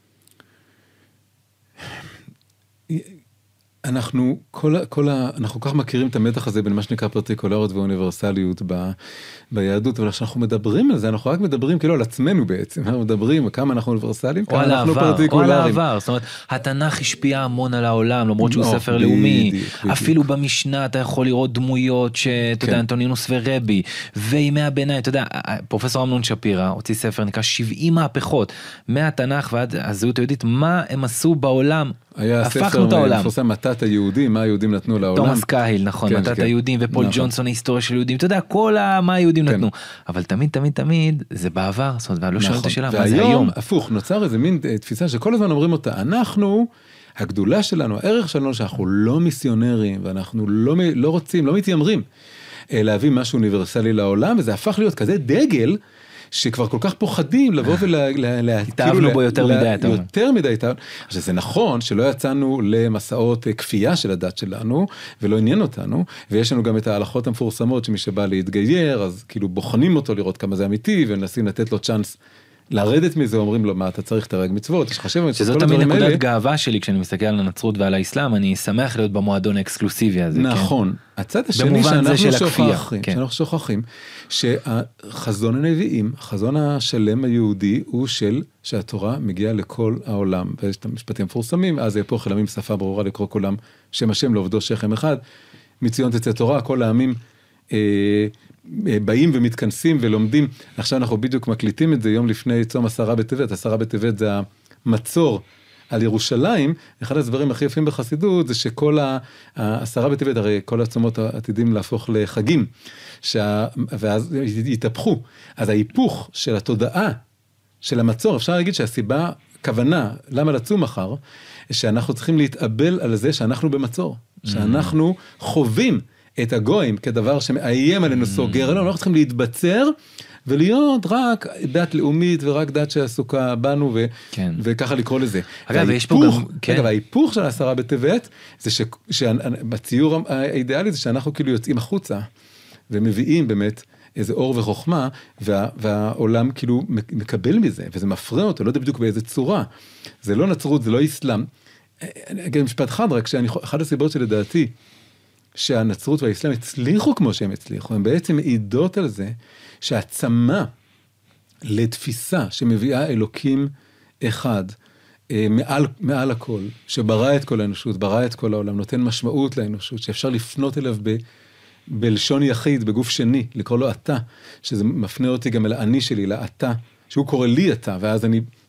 אנחנו אנחנו כך מכירים את המתח הזה בין מה שנקרא פרטיקולריות ואוניברסליות ביהדות, אבל כשאנחנו מדברים על זה, אנחנו רק מדברים כאילו על עצמנו בעצם, אנחנו מדברים כמה אנחנו אוניברסליים, כמה אנחנו פרטיקולריים. או על העבר, זאת אומרת, התנ"ך השפיע המון על העולם, למרות שהוא ספר לאומי, אפילו במשנה אתה יכול לראות דמויות שאתה יודע, אנטונינוס ורבי, וימי הביניים, אתה יודע, פרופסור אמנון שפירא הוציא ספר נקרא 70 מהפכות, מהתנ"ך ועד הזהות היהודית, מה הם עשו בעולם, הפכנו את העולם. מתת היהודים, מה היהודים נתנו לעולם. תומאס קהיל, נכון, מתת היהודים, ופול ג'ונסון, ההיסטוריה של יהודים, אתה יודע, כל מה היהודים נתנו. אבל תמיד, זה בעבר, זאת אומרת, לא שואל את השאלה, מה זה היום? והיום, הפוך, נוצר איזה מין תפיסה שכל הזמן אומרים אותה, אנחנו, הגדולה שלנו, הערך שלנו, שאנחנו לא מיסיונרים, ואנחנו לא רוצים, לא מתיימרים, להביא משהו אוניברסלי לעולם, וזה הפך להיות כזה דגל, שכבר כל כך פוחדים לבוא התאהבנו בו יותר מדי. יותר מדי. עכשיו זה נכון שלא יצאנו למסעות כפייה של הדת שלנו, ולא עניין אותנו, ויש לנו גם את ההלכות המפורסמות, שמי שבא להתגייר, אז כאילו בוחנים אותו לראות כמה זה אמיתי, ונסים לתת לו צ'אנס לרדת מזה, אומרים לו, מה אתה צריך תרג מצוות, שזאת תמיד נקודת גאווה שלי, כשאני מסתכל על הנצרות ועל האסלאם, אני שמח להיות במועדון האקסקלוסיבי הזה. נכון. הצד השני שאנחנו שוכחים, שהחזון הנביאים, החזון השלם היהודי, הוא שהתורה מגיעה לכל העולם, ויש את המשפטים מפורסמים, אז פה חלמים שפה ברורה לקרוא כולם, שם השם לעובדו שכם אחד, מציון תצא תורה, כל העמים באים ומתכנסים ולומדים. עכשיו אנחנו בדיוק מקליטים את זה יום לפני צום 10 בטבת. 10 בטבת זה המצור על ירושלים. אחד הדברים הכי יפים בחסידות זה שכל 10 בטבת, הרי כל הצומות עתידים להפוך לחגים, ואז יתהפכו. אז ההיפוך של התודעה של המצור, אפשר להגיד שהסיבה, כוונה, למה לצום מחר, שאנחנו צריכים להתאבל על זה שאנחנו במצור, שאנחנו חווים את הגויים כדבר שמאיים עלינו סוגר, אנחנו צריכים להתבצר ולהיות רק דת לאומית ורק דת שעסוקה בנו וככה לקרוא לזה. אגב, יש פה גם... ההיפוך של 10 בטבת, זה שבציור האידיאלי זה שאנחנו כאילו יוצאים החוצה ומביאים באמת איזה אור וחוכמה, והעולם כאילו מקבל מזה, וזה מפריע אותו, לא יודע בדיוק באיזה צורה. זה לא נצרות, זה לא איסלאם. גם משפט חד, רק אחד הסיבות שלדעתי, שהנצרות והאסלאם הצליחו כמו שהם הצליחו, הם בעצם מעידות על זה שהעצמה לתפיסה שמביאה אלוקים אחד, מעל הכל, שברא את כל האנושות, ברא את כל העולם, נותן משמעות לאנושות, שאפשר לפנות אליו בלשון יחיד, בגוף שני, לקרוא לו אתה, שזה מפנה אותי גם אל האני שלי, לאתה, שהוא קורא לי אתה, ואז אני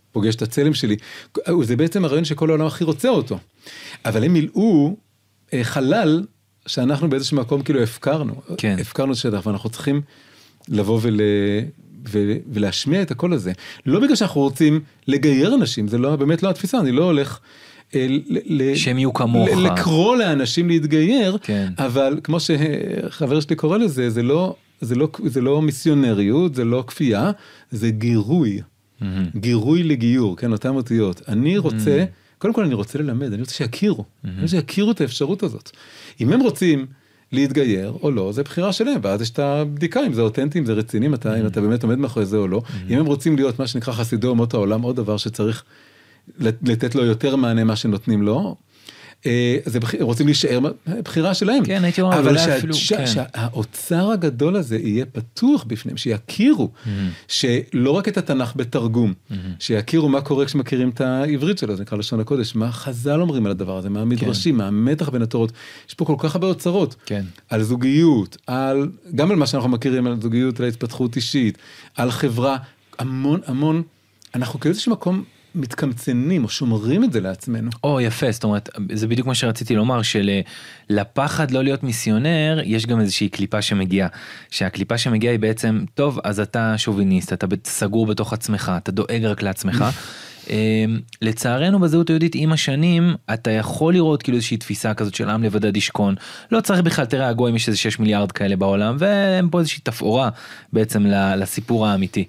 פוגש את הצלם שלי, זה בעצם הרעיון שכל העולם הכי רוצה אותו, אבל הם מילאו חלל שאנחנו באיזשהו מקום כאילו הפקרנו, הפקרנו את השטח, ואנחנו צריכים לבוא ולהשמיע את הקול הזה, לא בגלל שאנחנו רוצים לגייר אנשים, זה לא, באמת לא התפיסה, אני לא הולך שהם יהיו כמוך. לקרוא לאנשים להתגייר, כן. אבל כמו שחבר שלי קורא לזה, זה לא מיסיונריות, זה לא כפייה, זה גירוי. גירוי לגיור, כן, אותם אותיות. אני רוצה, קודם כל אני רוצה ללמד, אני רוצה שיכירו. אני רוצה שיכירו את האפשרות הזאת. אם הם רוצים להתגייר או לא, זה בחירה שלהם, ואז יש את הבדיקה, אם זה אותנטי, אם זה רציני, אם אתה באמת עומד מאחורי זה או לא. אם הם רוצים להיות מה שנקרא חסידי אומות העולם, עוד דבר שצריך לתת לו יותר מענה מה שנותנים לו, אז הם רוצים להישאר בחירה שלהם. כן, הייתי אומר, אבל שהאוצר הגדול הזה יהיה פתוח בפניהם, שיכירו, שלא רק את התנ"ך בתרגום, שיכירו מה קורה כשמכירים את העברית שלו, זה נקרא לשון הקודש, מה חז"ל אומרים על הדבר הזה, מה המדרשים, מה המתח בין התורות, יש פה כל כך הרבה אוצרות, על זוגיות, גם על מה שאנחנו מכירים, על זוגיות, על ההתפתחות אישית, על חברה, המון, אנחנו כאיזשהו מקום מתקמצנים או שומרים את זה לעצמנו. יפה, זאת אומרת, זה בדיוק מה שרציתי לומר, שלפחד לא להיות מיסיונר, יש גם איזושהי קליפה שמגיעה, שהקליפה שמגיעה היא בעצם, טוב, אז אתה שוביניסט, אתה סגור בתוך עצמך, אתה דואג רק לעצמך, לצערנו בזהות היהודית עם השנים, אתה יכול לראות כאילו איזושהי תפיסה כזאת של עם לבדד ישכון, לא צריך בכלל, תראה הגויים יש איזה 6 מיליארד כאלה בעולם, והם פה איזושהי תפאורה בעצם לסיפור האמיתי.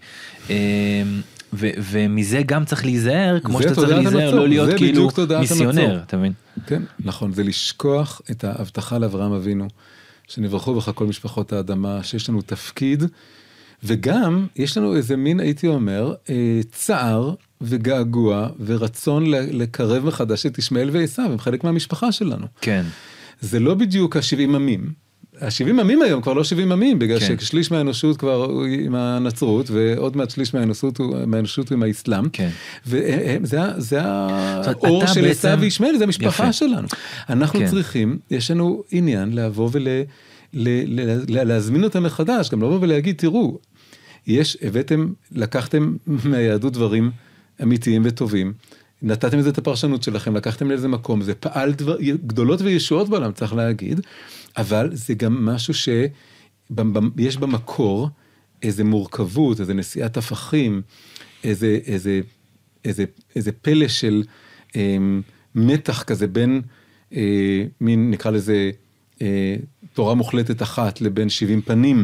ומזה גם צריך להיזהר, כמו שאתה צריך להיזהר, לא להיות כאילו מיסיונר, אתה מבין? כן, נכון, זה לשכוח את ההבטחה לאברהם אבינו, שנברכו בך כל משפחות האדמה, שיש לנו תפקיד, וגם יש לנו איזה מין, הייתי אומר, צער וגעגוע, ורצון לקרב מחדש את ישמעאל ועשיו, הם חלק מהמשפחה שלנו. כן. זה לא בדיוק ה-70 עמים, ה-70 עמים היום כבר לא 70 עמים, בגלל ששליש מהאנושות כבר עם הנצרות, ועוד מעט שליש מהאנושות הוא עם האסלאם, וזה האור של עשיו וישמעאל, זה המשפחה שלנו. אנחנו צריכים, יש לנו עניין לבוא ולהזמין אותם מחדש, גם לבוא ולהגיד, תראו, לקחתם מהיהדות דברים אמיתיים וטובים, נתתם את הפרשנות שלכם, לקחתם לאיזה מקום, זה פעל גדולות וישועות בעולם, צריך להגיד, אבל זה גם משהו שיש במקור איזה מורכבות, איזה נשיאת הפכים, איזה פלא של מתח כזה בין מין נקרא לזה תורה מוחלטת אחת לבין 70 פנים.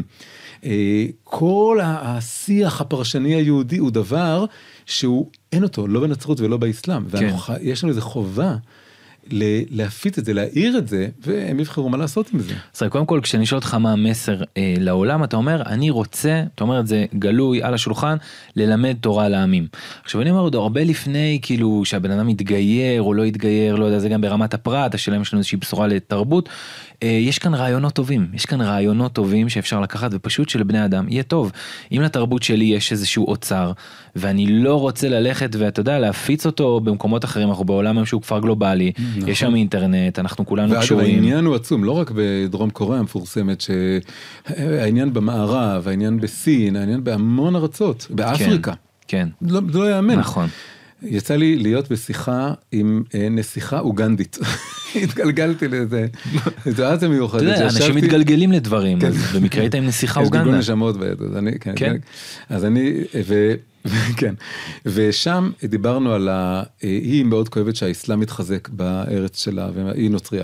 כל השיח הפרשני היהודי הוא דבר שהוא אין אותו, לא בנצרות ולא באסלאם, ויש לנו איזו חובה להפיץ את זה, להעיר את זה, והם יבחרו מה לעשות עם זה. אז קודם כל, כשאני שואל אותך מה המסר לעולם, אתה אומר, אני רוצה, אתה אומר את זה גלוי על השולחן, ללמד תורה לעמים. עכשיו אני אומר עוד הרבה לפני, כאילו, שהבן אדם יתגייר או לא יתגייר, לא יודע, זה גם ברמת הפרט, השאלה אם יש לנו איזושהי בשורה לתרבות, יש כאן רעיונות טובים, שאפשר לקחת, ופשוט שלבני אדם יהיה טוב. אם לתרבות שלי יש איזשהו אוצר, ואני לא רוצה ללכת, ואתה יודע, להפיץ אותו במקומות אחרים, אנחנו בעולם שהוא כפר גלובלי, יש שם אינטרנט, אנחנו כולנו קשורים. והעניין הוא עצום, לא רק בדרום קוריאה המפורסמת, שהעניין במערב, העניין בסין, העניין בהמון ארצות, באפריקה. כן. לא יאמן. נכון. יצא לי להיות בשיחה עם נסיכה אוגנדית. התגלגלתי לזה. סיטואציה מיוחדת. אתה יודע, אנשים מתגלגלים לדברים, במקרה הייתה עם נסיכה אוגנדה. יש גלגול נשמות ביד, אז אני, כן, ושם דיברנו על, היא מאוד כואבת שהאסלאם מתחזק בארץ שלה, והיא נוצריה.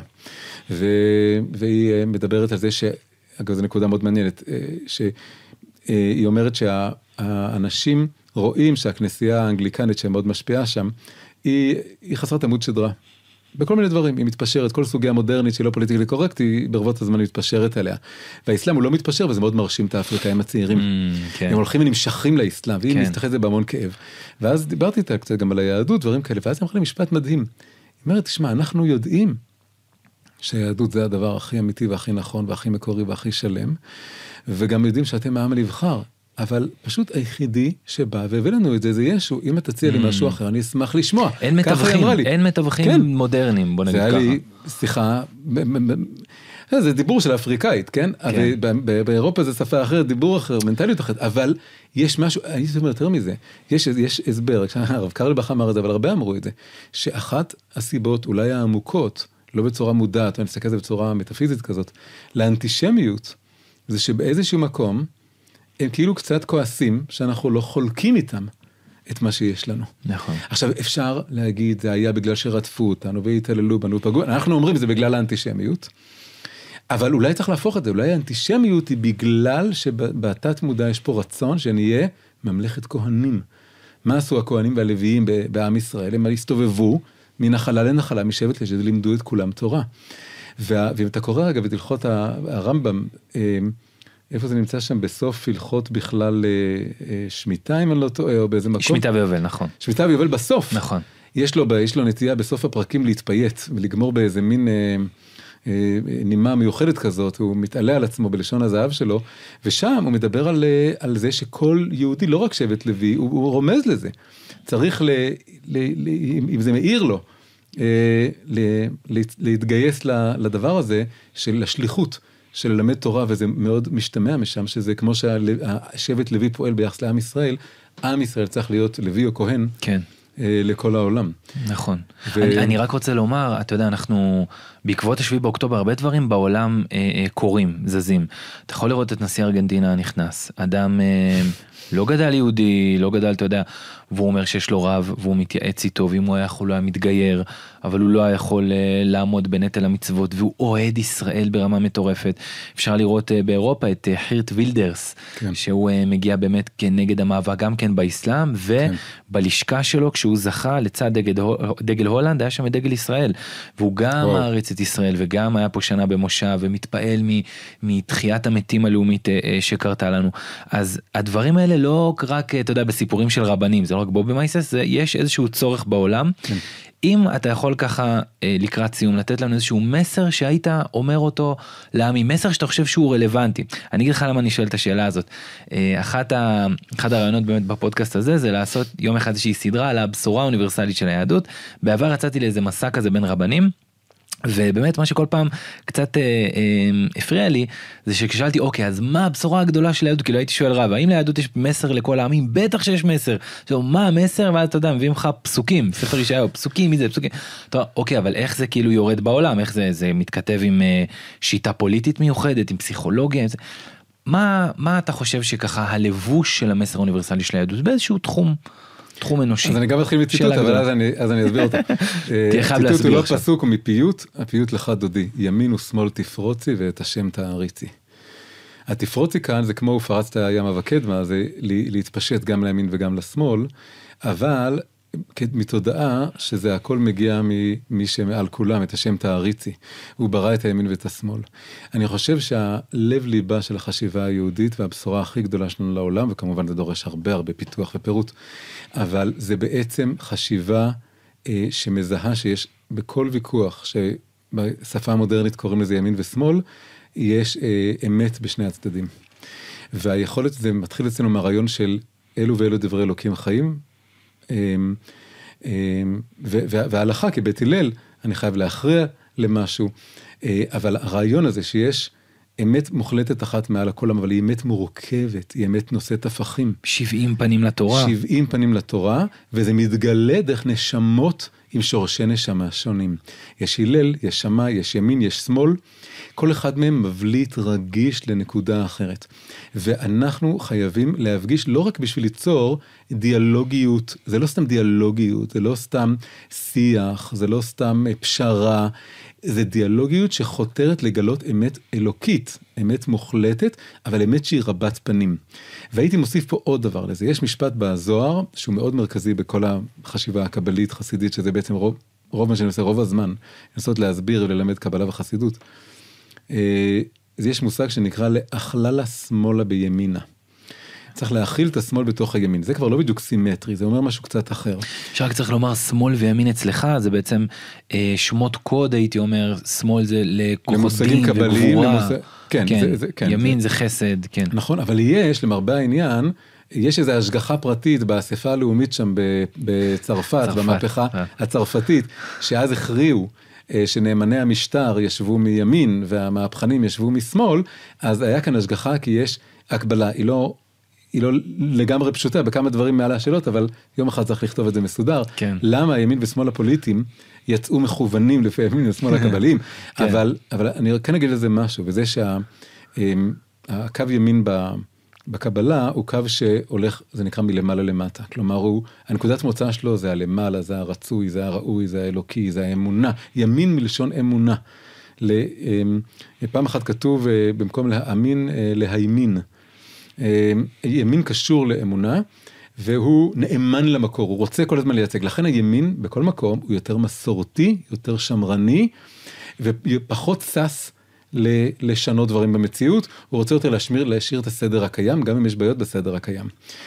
והיא מדברת על זה אגב, זו נקודה מאוד מעניינת, שהיא אומרת שהאנשים רואים שהכנסייה האנגליקנית שמאוד משפיעה שם, היא חסרת עמוד שדרה. בכל מיני דברים, היא מתפשרת, כל סוגיה מודרנית שהיא לא פוליטיקלי קורקט, היא ברבות הזמן מתפשרת עליה. והאסלאם הוא לא מתפשר, וזה מאוד מרשים את האפריקאים הצעירים. הם הולכים ונמשכים לאסלאם, והיא מסתכלת זה בהמון כאב. ואז דיברתי איתה קצת גם על היהדות, דברים כאלה, ואז הם הולכים משפט מדהים. היא אומרת, תשמע, אנחנו יודעים שהיהדות זה הדבר הכי אמיתי והכי נכון, והכי מקורי והכי שלם, וגם יודעים שאתם העם הנבחר. אבל פשוט היחידי שבא והביא לנו את זה, זה ישו. אם אתה תציע לי משהו אחר, אני אשמח לשמוע. אין מתווכים מודרניים, בוא נגיד ככה. זה היה לי שיחה, זה דיבור של אפריקאית, כן? באירופה זה שפה אחרת, דיבור אחר, מנטליות אחרת, אבל יש משהו, אני אומר יותר מזה, יש הסבר, הרב קרליבך אמר את זה, אבל הרבה אמרו את זה, שאחת הסיבות אולי העמוקות, לא בצורה מודעת, אני מסתכל על זה בצורה מטאפיזית כזאת, לאנטישמיות, זה שבאיזשהו מקום, הם כאילו קצת כועסים, שאנחנו לא חולקים איתם את מה שיש לנו. נכון. עכשיו, אפשר להגיד, זה היה בגלל שרדפו אותנו, והתעללו בנו, פגעו, אנחנו אומרים, זה בגלל האנטישמיות, אבל אולי צריך להפוך את זה, אולי האנטישמיות היא בגלל שבתת מודע יש פה רצון שנהיה ממלכת כהנים. מה עשו הכהנים והלוויים בעם ישראל? הם הסתובבו מנחלה לנחלה, משבט לשבט, לימדו את כולם תורה. ואם אתה קורא רגע את הלכות הרמב"ם, איפה זה נמצא שם? בסוף הלכות בכלל שמיטה, אם אני לא טועה, או באיזה מקום? שמיטה ויובל, נכון. שמיטה ויובל בסוף. נכון. יש לו נטייה בסוף הפרקים להתפייט, ולגמור באיזה מין נימה מיוחדת כזאת, הוא מתעלה על עצמו בלשון הזהב שלו, ושם הוא מדבר על זה שכל יהודי, לא רק שבט לוי, הוא רומז לזה. צריך, אם זה מאיר לו, להתגייס לדבר הזה, של השליחות, של ללמד תורה, וזה מאוד משתמע משם, שזה כמו שהשבט לוי פועל ביחס לעם ישראל, עם ישראל צריך להיות לוי או כהן, כן. לכל העולם. נכון. אני רק רוצה לומר, אתה יודע, אנחנו, בעקבות השביעי באוקטובר, הרבה דברים בעולם קורים, זזים. אתה יכול לראות את נשיא ארגנטינה הנכנס, אדם לא גדל יהודי, לא גדל, אתה יודע, והוא אומר שיש לו רב, והוא מתייעץ איתו, ואם הוא היה יכול, הוא היה מתגייר, אבל הוא לא היה יכול לעמוד בנטל המצוות, והוא אוהד ישראל ברמה מטורפת. אפשר לראות באירופה את חירט וילדרס, כן. שהוא מגיע באמת כנגד המאבק, גם כן באסלאם, ובלשכה שלו, כשהוא זכה לצד דגל הולנד, היה שם דגל ישראל, והוא גם מעריץ את ישראל, וגם היה פה שנה במושב, ומתפעל מתחיית המתים הלאומית שקרתה לנו. אז הדברים האלה לא רק, אתה יודע, בסיפורים של רבנים, זה לא רק בובי מייסס, יש איזשהו צורך בעולם. כן. אם אתה יכול ככה לקראת סיום, לתת לנו איזשהו מסר שהיית אומר אותו לעמי, מסר שאתה חושב שהוא רלוונטי. אני אגיד לך למה אני שואל את השאלה הזאת. אחד הרעיונות באמת בפודקאסט הזה, זה לעשות יום אחד איזושהי סדרה על הבשורה האוניברסלית של היהדות. בעבר יצאתי לאיזה מסע כזה בין רבנים, ובאמת מה שכל פעם קצת הפריע לי, זה שכשאלתי, אוקיי, אז מה הבשורה הגדולה של היהדות? כאילו הייתי שואל רב, האם ליהדות יש מסר לכל העמים? בטח שיש מסר. עכשיו, מה המסר? ואז אתה יודע, מביאים לך פסוקים, ספר ישעיהו, פסוקים, מי זה? פסוקים. טוב, אוקיי, אבל איך זה כאילו יורד בעולם? איך זה מתכתב עם שיטה פוליטית מיוחדת, עם פסיכולוגיה? מה אתה חושב שככה הלבוש של המסר האוניברסלי של היהדות? באיזשהו תחום אנושי. אז אני גם אתחיל מציטוט, אבל אז אני אסביר אותו. ציטוט הוא לא פסוק, הוא מפיוט, הפיוט לך דודי, ימין ושמאל תפרוצי ואת השם תעריצי. התפרוצי כאן זה כמו ופרצת ים וקדמה, זה להתפשט גם לימין וגם לשמאל, אבל מתודעה שזה הכל מגיע ממי שמעל כולם, את השם תעריצי. הוא ברא את הימין ואת השמאל. אני חושב שהלב ליבה של החשיבה היהודית והבשורה הכי גדולה שלנו לעולם, וכמובן זה דורש הרבה פיתוח ופירוט, אבל זה בעצם חשיבה שמזהה שיש בכל ויכוח, שבשפה המודרנית קוראים לזה ימין ושמאל, יש אמת בשני הצדדים. והיכולת, זה מתחיל אצלנו מהרעיון של אלו ואלו דברי אלוקים חיים, וההלכה כבית הלל, אני חייב להכריע למשהו, אבל הרעיון הזה שיש אמת מוחלטת אחת מעל הכל, אבל היא אמת מורכבת, היא אמת נושאת הפכים. 70 פנים לתורה. 70 פנים לתורה, וזה מתגלה דרך נשמות עם שורשי נשמה שונים. יש הלל, יש שמאי, יש ימין, יש שמאל, כל אחד מהם מבליט רגיש לנקודה אחרת. ואנחנו חייבים להפגיש לא רק בשביל ליצור דיאלוגיות, זה לא סתם דיאלוגיות, זה לא סתם שיח, זה לא סתם פשרה, זה דיאלוגיות שחותרת לגלות אמת אלוקית, אמת מוחלטת, אבל אמת שהיא רבת פנים. והייתי מוסיף פה עוד דבר לזה. יש משפט בזוהר, שהוא מאוד מרכזי בכל החשיבה הקבלית, חסידית, שזה בעצם רוב מה שאני עושה, רוב הזמן, לנסות להסביר וללמד קבלה וחסידות. אז יש מושג שנקרא לאכללה שמאלה בימינה. צריך להכיל את השמאל בתוך הימין. זה כבר לא בדיוק סימטרי, זה אומר משהו קצת אחר. שרק צריך לומר שמאל וימין אצלך, זה בעצם שמות קוד, הייתי אומר, שמאל זה לכוחות דין וגבורה. כן, ימין זה חסד, כן. נכון, אבל יש, למרבה העניין, יש איזו השגחה פרטית באספה הלאומית שם בצרפת, במהפכה הצרפתית, שאז הכריעו שנאמני המשטר ישבו מימין והמהפכנים ישבו משמאל, אז היה כאן השגחה כי יש הקבלה, היא לא לגמרי פשוטה בכמה דברים מעל השאלות, אבל יום אחד צריך לכתוב את זה מסודר. כן. למה הימין ושמאל הפוליטיים יצאו מכוונים לפי הימין ושמאל הקבליים? כן. אבל אני כן אגיד לזה משהו, וזה שהקו ימין בקבלה הוא קו שהולך, זה נקרא מלמעלה למטה. כלומר, הנקודת מוצא שלו זה הלמעלה, זה הרצוי, זה הראוי, זה האלוקי, זה האמונה. ימין מלשון אמונה. פעם אחת כתוב במקום להאמין, להימין. ימין קשור לאמונה, והוא נאמן למקור, הוא רוצה כל הזמן לייצג. לכן הימין בכל מקום הוא יותר מסורתי, יותר שמרני, ופחות סס לשנות דברים במציאות, הוא רוצה יותר להשאיר את הסדר הקיים, גם אם יש בעיות בסדר הקיים.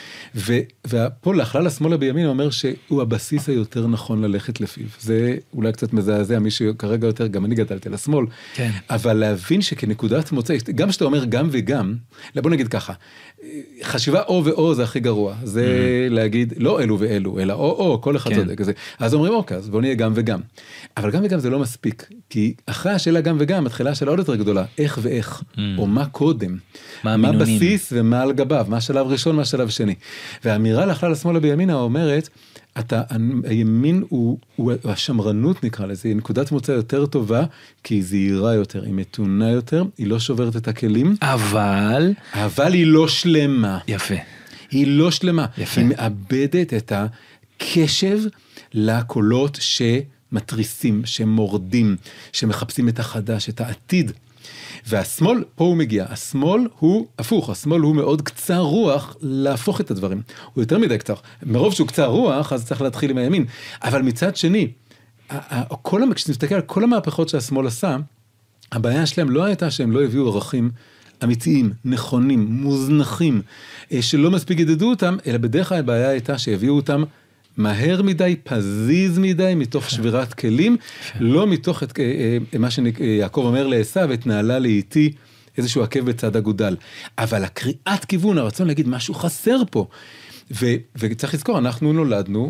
ופה להכלל השמאלה בימין אומר שהוא הבסיס היותר נכון ללכת לפיו. זה אולי קצת מזעזע, מי שכרגע יותר, גם אני גדלתי לשמאל, כן. אבל להבין שכנקודת מוצא, גם שאתה אומר גם וגם, בוא נגיד ככה, חשיבה או ואו זה הכי גרוע, זה להגיד לא אלו ואלו, אלא או, כל אחד צודק. אז אומרים אוקיי, אז בוא נהיה גם וגם. אבל גם וגם זה לא מספיק, כי אחרי השאלה גם וגם, מתחילה השאלה עוד יותר גדולה, איך ואיך, או מה קודם, מה בסיס ומה על גביו, מה השלב ראשון, מה השלב שני. והאמירה להכלל השמאלה בימינה אומרת, הימין הוא השמרנות נקרא לזה, היא נקודת מוצא יותר טובה, כי היא זהירה יותר, היא מתונה יותר, היא לא שוברת את הכלים. אבל היא לא שלמה. יפה. היא לא שלמה. יפה. היא מאבדת את הקשב לקולות שמתריסים, שמורדים, שמחפשים את החדש, את העתיד. והשמאל, פה הוא מגיע, השמאל הוא הפוך, השמאל הוא מאוד קצר רוח להפוך את הדברים, הוא יותר מדי קצר, מרוב שהוא קצר רוח, אז צריך להתחיל עם הימין, אבל מצד שני, כשנסתכל על כל המהפכות שהשמאל עשה, הבעיה שלהם לא הייתה שהם לא הביאו ערכים אמיתיים, נכונים, מוזנחים, שלא מספיק ידדו אותם, אלא בדרך כלל הבעיה הייתה שהביאו אותם מהר מדי, פזיז מדי, מתוך שבירת כלים, לא מתוך מה שיעקב אומר לעשיו, את נעלה לאיתי, איזשהו עקב בצד אגודל. אבל הקריאת כיוון, הרצון להגיד משהו חסר פה, וצריך לזכור, אנחנו נולדנו,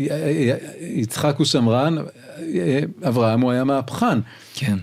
יצחק הוא שמרן, אברהם הוא היה מהפכן. כן.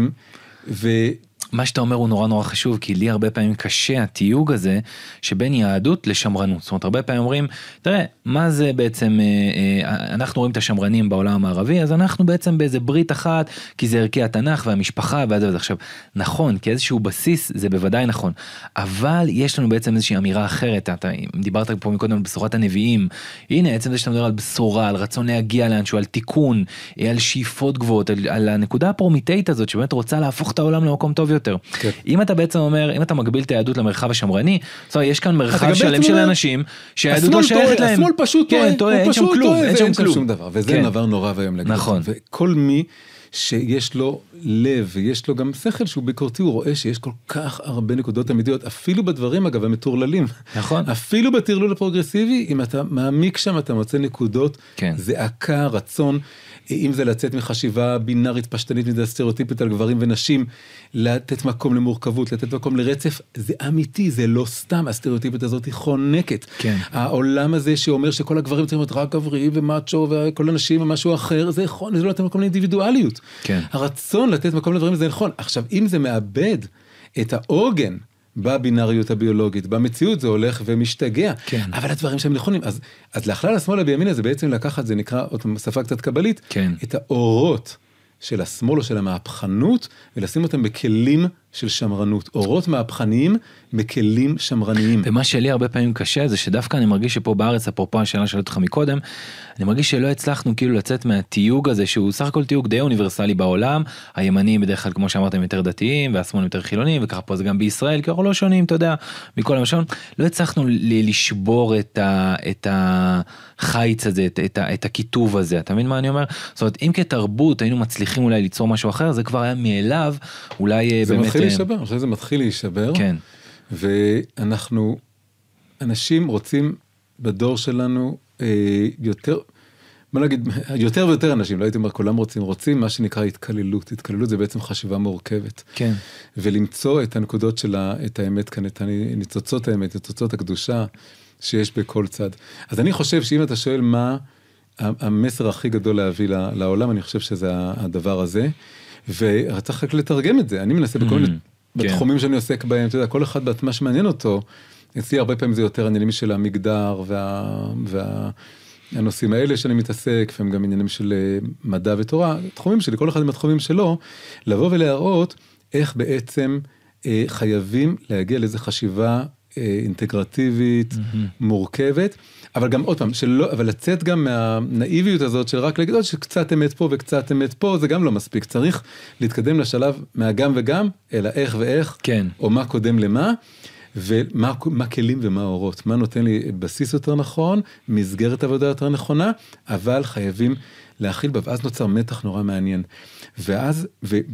מה שאתה אומר הוא נורא נורא חשוב, כי לי הרבה פעמים קשה התיוג הזה, שבין יהדות לשמרנות. זאת אומרת, הרבה פעמים אומרים, תראה, מה זה בעצם, אנחנו רואים את השמרנים בעולם המערבי, אז אנחנו בעצם באיזה ברית אחת, כי זה ערכי התנ"ך והמשפחה, וזה. עכשיו, נכון, כאיזשהו בסיס, זה בוודאי נכון, אבל יש לנו בעצם איזושהי אמירה אחרת, אתה דיברת פה מקודם על בשורת הנביאים, הנה, עצם זה שאתה מדבר על בשורה, על רצון להגיע לאנשהו, על תיקון, על שאיפות גבוהות, על הנקודה הפרומיטאית הזאת, שבאמת רוצה להפוך את העולם למקום טוב יותר. כן. אם אתה בעצם אומר, אם אתה מגביל את היהדות למרחב השמרני, יש כאן מרחב שלם של אנשים שהיהדות לא שייכת להם. השמאל פשוט טועה, אין שם כלום, אין שם שום דבר, וזה דבר נורא והיום להגיד. נכון. וכל מי שיש לו לב, ויש לו גם שכל שהוא ביקורתי, הוא רואה שיש כל כך הרבה נקודות אמיתיות, אפילו בדברים אגב המטורללים. נכון. אפילו בטרלול הפרוגרסיבי, אם אתה מעמיק שם, אתה מוצא נקודות, זעקה, רצון, אם זה לצאת מחשיבה בינארית פשטנית מדי סטריאוטיפית על גברים ונשים, לתת מקום למורכבות, לתת מקום לרצף, זה אמיתי, זה לא סתם, הסטריאוטיפית הזאת היא חונקת. כן. העולם הזה שאומר שכל הגברים צריכים להיות רק גברי ומאצ'ו וכל הנשים ומשהו אחר, זה לא לתת מקום לאינדיבידואליות. כן. הרצון לתת מקום לדברים זה נכון. עכשיו, אם זה מאבד את האורגן בבינאריות הביולוגית, במציאות זה הולך ומשתגע, כן. אבל הדברים שהם נכונים, אז להכלל השמאל בימינה זה בעצם לקחת, זה נקרא, עוד שפה קצת קבלית, כן. את האורות של השמאל או של המהפכנות, ולשים אותם בכלים של שמרנות, אורות מהפכניים בכלים שמרניים. ומה שלי הרבה פעמים קשה זה שדווקא אני מרגיש שפה בארץ, אפרופו השאלה שאלתי אותך מקודם, אני מרגיש שלא הצלחנו כאילו לצאת מהתיוג הזה, שהוא סך הכל תיוג די אוניברסלי בעולם, הימנים בדרך כלל כמו שאמרתם יותר דתיים, והשמאל יותר חילונים, וככה פה זה גם בישראל, כי אנחנו לא שונים, אתה יודע, מכל המשון, לא הצלחנו לשבור את החיץ הזה, את הכיתוב הזה, אתה מבין מה אני אומר? זאת אומרת, אם כתרבות היינו מצליחים אולי ליצור משהו אחר, זה כבר היה מאליו, אולי זה באמת... מתחיל להישבר, אני חושב שזה מתחיל להישבר. כן. ואנחנו, אנשים רוצים בדור שלנו יותר, מה להגיד, יותר ויותר אנשים, לא הייתי אומר, כולם רוצים מה שנקרא התקללות. התקללות זה בעצם חשיבה מורכבת. כן. ולמצוא את הנקודות שלה, את האמת כאן, את ניצוצות האמת, את ניצוצות הקדושה שיש בכל צד. אז אני חושב שאם אתה שואל מה המסר הכי גדול להביא לעולם, אני חושב שזה הדבר הזה, וצריך רק לתרגם את זה, אני מנסה בכל מיני, בתחומים שאני עוסק בהם, אתה יודע, כל אחד מה שמעניין אותו, אצלי הרבה פעמים זה יותר עניינים של המגדר, והנושאים האלה שאני מתעסק, והם גם עניינים של מדע ותורה, תחומים שלי, כל אחד עם התחומים שלו, לבוא ולהראות איך בעצם חייבים להגיע לאיזו חשיבה אינטגרטיבית, מורכבת, אבל גם עוד פעם, אבל לצאת גם מהנאיביות הזאת של רק להגיד שקצת אמת פה וקצת אמת פה, זה גם לא מספיק, צריך להתקדם לשלב מהגם וגם, אלא איך ואיך, כן. או מה קודם למה, ומה כלים ומה אורות, מה נותן לי בסיס יותר נכון, מסגרת עבודה יותר נכונה, אבל חייבים להכיל בה, ואז נוצר מתח נורא מעניין. ואז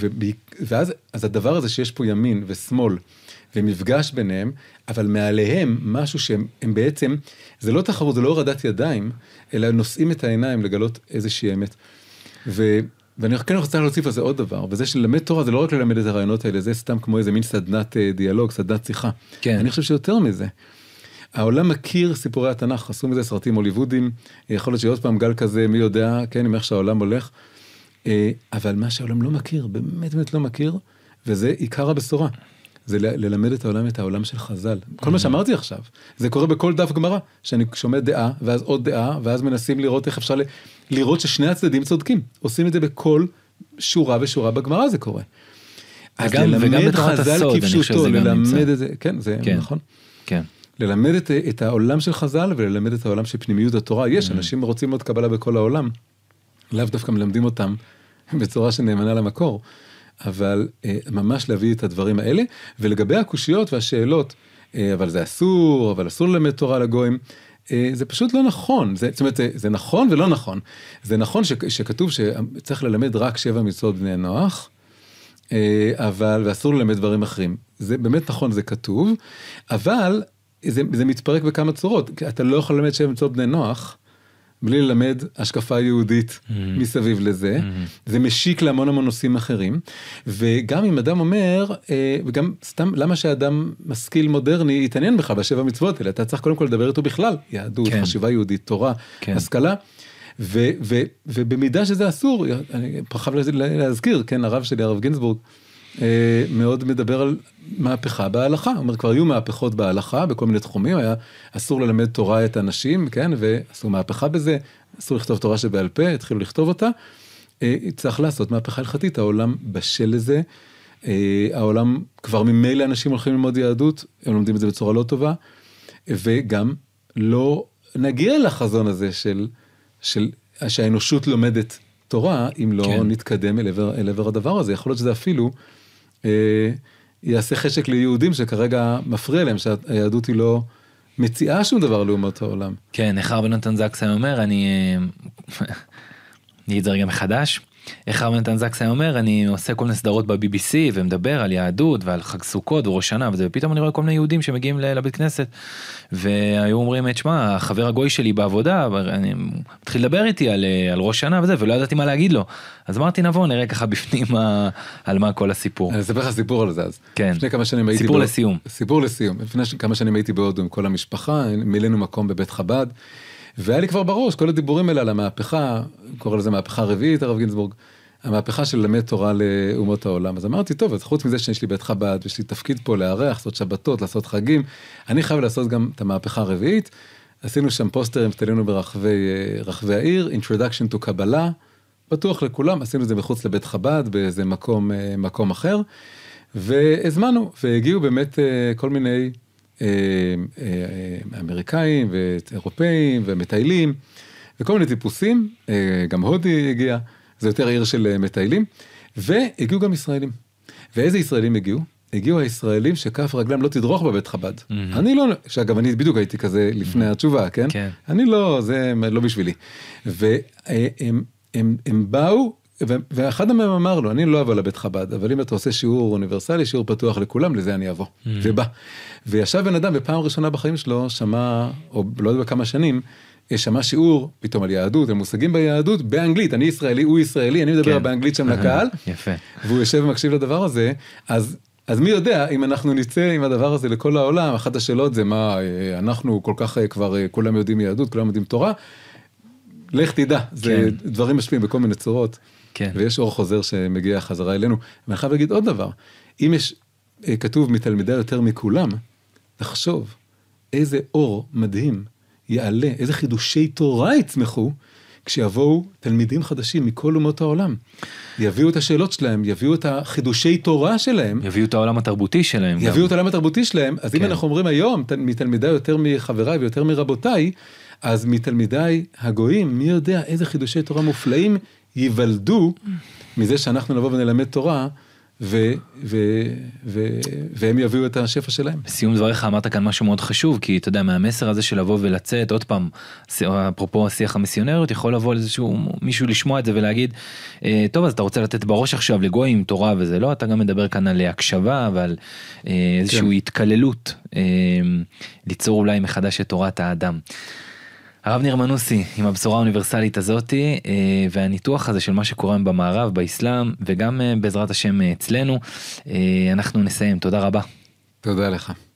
אז הדבר הזה שיש פה ימין ושמאל, ומפגש ביניהם, אבל מעליהם משהו שהם בעצם, זה לא תחרות, זה לא הורדת ידיים, אלא נושאים את העיניים לגלות איזושהי אמת. ואני כן רוצה להוסיף על זה עוד דבר, וזה שלמד תורה זה לא רק ללמד את הרעיונות האלה, זה סתם כמו איזה מין סדנת דיאלוג, סדנת שיחה. כן. אני חושב שיותר מזה. העולם מכיר סיפורי התנ"ך, עשו מזה סרטים הוליוודיים, יכול להיות שעוד פעם גל כזה, מי יודע, כן, עם איך שהעולם הולך, אבל מה שהעולם לא מכיר, באמת באמת לא מכיר, וזה עיקר הבשורה. זה ללמד את העולם של חז"ל. כל מה שאמרתי עכשיו, זה קורה בכל דף גמרא, שאני שומע דעה, ואז עוד דעה, ואז מנסים לראות איך אפשר לראות ששני הצדדים צודקים. עושים את זה בכל שורה ושורה בגמרא זה קורה. אז ללמד חז"ל כפשוטו, ללמד את זה, כן, זה נכון. כן. ללמד את העולם של חז"ל, וללמד את העולם של פנימיות התורה. יש, אנשים רוצים עוד קבלה בכל העולם, לאו דווקא מלמדים אותם בצורה שנאמנה למקור. אבל ממש להביא את הדברים האלה, ולגבי הקושיות והשאלות, אבל זה אסור, אבל אסור ללמד תורה לגויים, זה פשוט לא נכון, זאת אומרת, זה נכון ולא נכון. זה נכון שכתוב שצריך ללמד רק 7 מצוות בני נוח, ואסור ללמד דברים אחרים. זה באמת נכון, זה כתוב, אבל זה מתפרק בכמה צורות. אתה לא יכול ללמד 7 מצוות בני נוח, בלי ללמד השקפה יהודית מסביב לזה, זה משיק להמון המון נושאים אחרים, וגם אם אדם אומר, וגם סתם, למה שאדם משכיל מודרני יתעניין בך ב7 מצוות, אלא אתה צריך קודם כל לדבר איתו בכלל, יהדות, חשיבה יהודית, תורה, השכלה, ובמידה שזה אסור, אני חייב להזכיר, כן, הרב שלי, הרב גינזבורג, מאוד מדבר על מהפכה בהלכה, אומר כבר היו מהפכות בהלכה בכל מיני תחומים, היה אסור ללמד תורה את האנשים, כן, ועשו מהפכה בזה, אסור לכתוב תורה שבעל פה, התחילו לכתוב אותה, צריך לעשות מהפכה הלכתית, העולם בשל לזה, העולם כבר ממילא אנשים הולכים ללמוד יהדות, הם לומדים את זה בצורה לא טובה, וגם לא נגיע לחזון הזה של שהאנושות לומדת תורה, אם לא נתקדם אל עבר הדבר הזה, יכול להיות שזה אפילו יעשה חשק ליהודים שכרגע מפריע להם, שהיהדות היא לא מציעה שום דבר לעומת העולם. כן, איך הרב נתן זקס אומר, אני אגיד זה רגע מחדש, איך הרב נתן זקס אומר, אני עושה כל מיני סדרות ב-BBC, ומדבר על יהדות ועל חג סוכות וראש שנה, ופתאום אני רואה כל מיני יהודים שמגיעים לבית כנסת, והיו אומרים, תשמע, החבר הגוי שלי בעבודה, אני מתחיל לדבר איתי על ראש שנה וזה, ולא ידעתי מה להגיד לו. אז אמרתי, נבוא, נראה ככה בפנים על מה כל הסיפור. אני אספר לך סיפור על זה אז. כן. לפני כמה שנים הייתי סיפור לסיום. סיפור לסיום. לפני כמה שנים הייתי בהודו עם כל המשפחה, מילאנו מקום בבית חב"ד, והיה לי כבר בראש כל הדיבורים האלה על המהפכה, קורא לזה מהפכה רביעית, הרב גינזבורג, המהפכה של ללמד תורה לאומות העולם. אז אמרתי, טוב, אז חוץ מזה שיש לי בית חב"ד, ויש לי תפקיד פה לארח, לעשות שבתות, לעשות חגים, אני חייב לעשות גם את המהפכה הרביעית. עשינו שם פוסטרים, תלינו ברחבי העיר, Introduction to קבלה, פתוח לכולם, עשינו את זה מחוץ לבית חב"ד, באיזה מקום אחר, והזמנו, והגיעו באמת כל מיני אמריקאים ואירופאים ומטיילים, וכל מיני טיפוסים, גם הודי הגיע, זה יותר עיר של מטיילים, והגיעו גם ישראלים. ואיזה ישראלים הגיעו? הגיעו הישראלים שכף רגלם לא תדרוך בבית חב"ד. אני לא, שאגב אני בדיוק הייתי כזה לפני התשובה, כן? אני לא, זה לא בשבילי. והם באו, ואחד מהם אמר לו, אני לא אבוא לבית חב"ד, אבל אם אתה עושה שיעור אוניברסלי, שיעור פתוח לכולם, לזה אני אבוא. ובא. וישב בן אדם בפעם ראשונה בחיים שלו, שמע, או לא יודע בכמה שנים, שמע שיעור, פתאום על יהדות, על מושגים ביהדות, באנגלית, אני ישראלי, הוא ישראלי, אני מדבר באנגלית שם לקהל, יפה. והוא יושב ומקשיב לדבר הזה, אז מי יודע, אם אנחנו נצא עם הדבר הזה לכל העולם, אחת השאלות זה מה, אנחנו כל כך כבר, כולם יודעים יהדות, כולם יודעים תורה, לך תדע, זה דברים משפיעים בכל מיני צורות, ויש אור חוזר שמגיע חזרה אלינו. ואני חייב להגיד עוד דבר, אם יש כתוב מתלמידה יותר מכולם, תחשוב איזה אור מדהים יעלה, איזה חידושי תורה יצמחו, כשיבואו תלמידים חדשים מכל אומות העולם. יביאו את השאלות שלהם, יביאו את החידושי תורה שלהם. יביאו את העולם התרבותי שלהם. יביאו את העולם התרבותי שלהם. אז אם אנחנו אומרים היום, מתלמידי יותר מחבריי ויותר מרבותיי, אז מתלמידי הגויים, מי יודע איזה חידושי תורה מופלאים ייוולדו מזה שאנחנו נבוא ונלמד תורה, והם יביאו את השפע שלהם. בסיום דבריך אמרת כאן משהו מאוד חשוב, כי אתה יודע, מהמסר הזה של לבוא ולצאת, עוד פעם, אפרופו השיח המיסיונריות, יכול לבוא איזשהו מישהו לשמוע את זה ולהגיד, טוב, אז אתה רוצה לתת בראש עכשיו לגויים תורה וזה לא, אתה גם מדבר כאן על הקשבה ועל איזושהי התקללות, ליצור אולי מחדש את תורת האדם. הרב ניר מנוסי, עם הבשורה האוניברסלית הזאתי, והניתוח הזה של מה שקורה במערב, באסלאם, וגם בעזרת השם אצלנו, אנחנו נסיים. תודה רבה. תודה לך.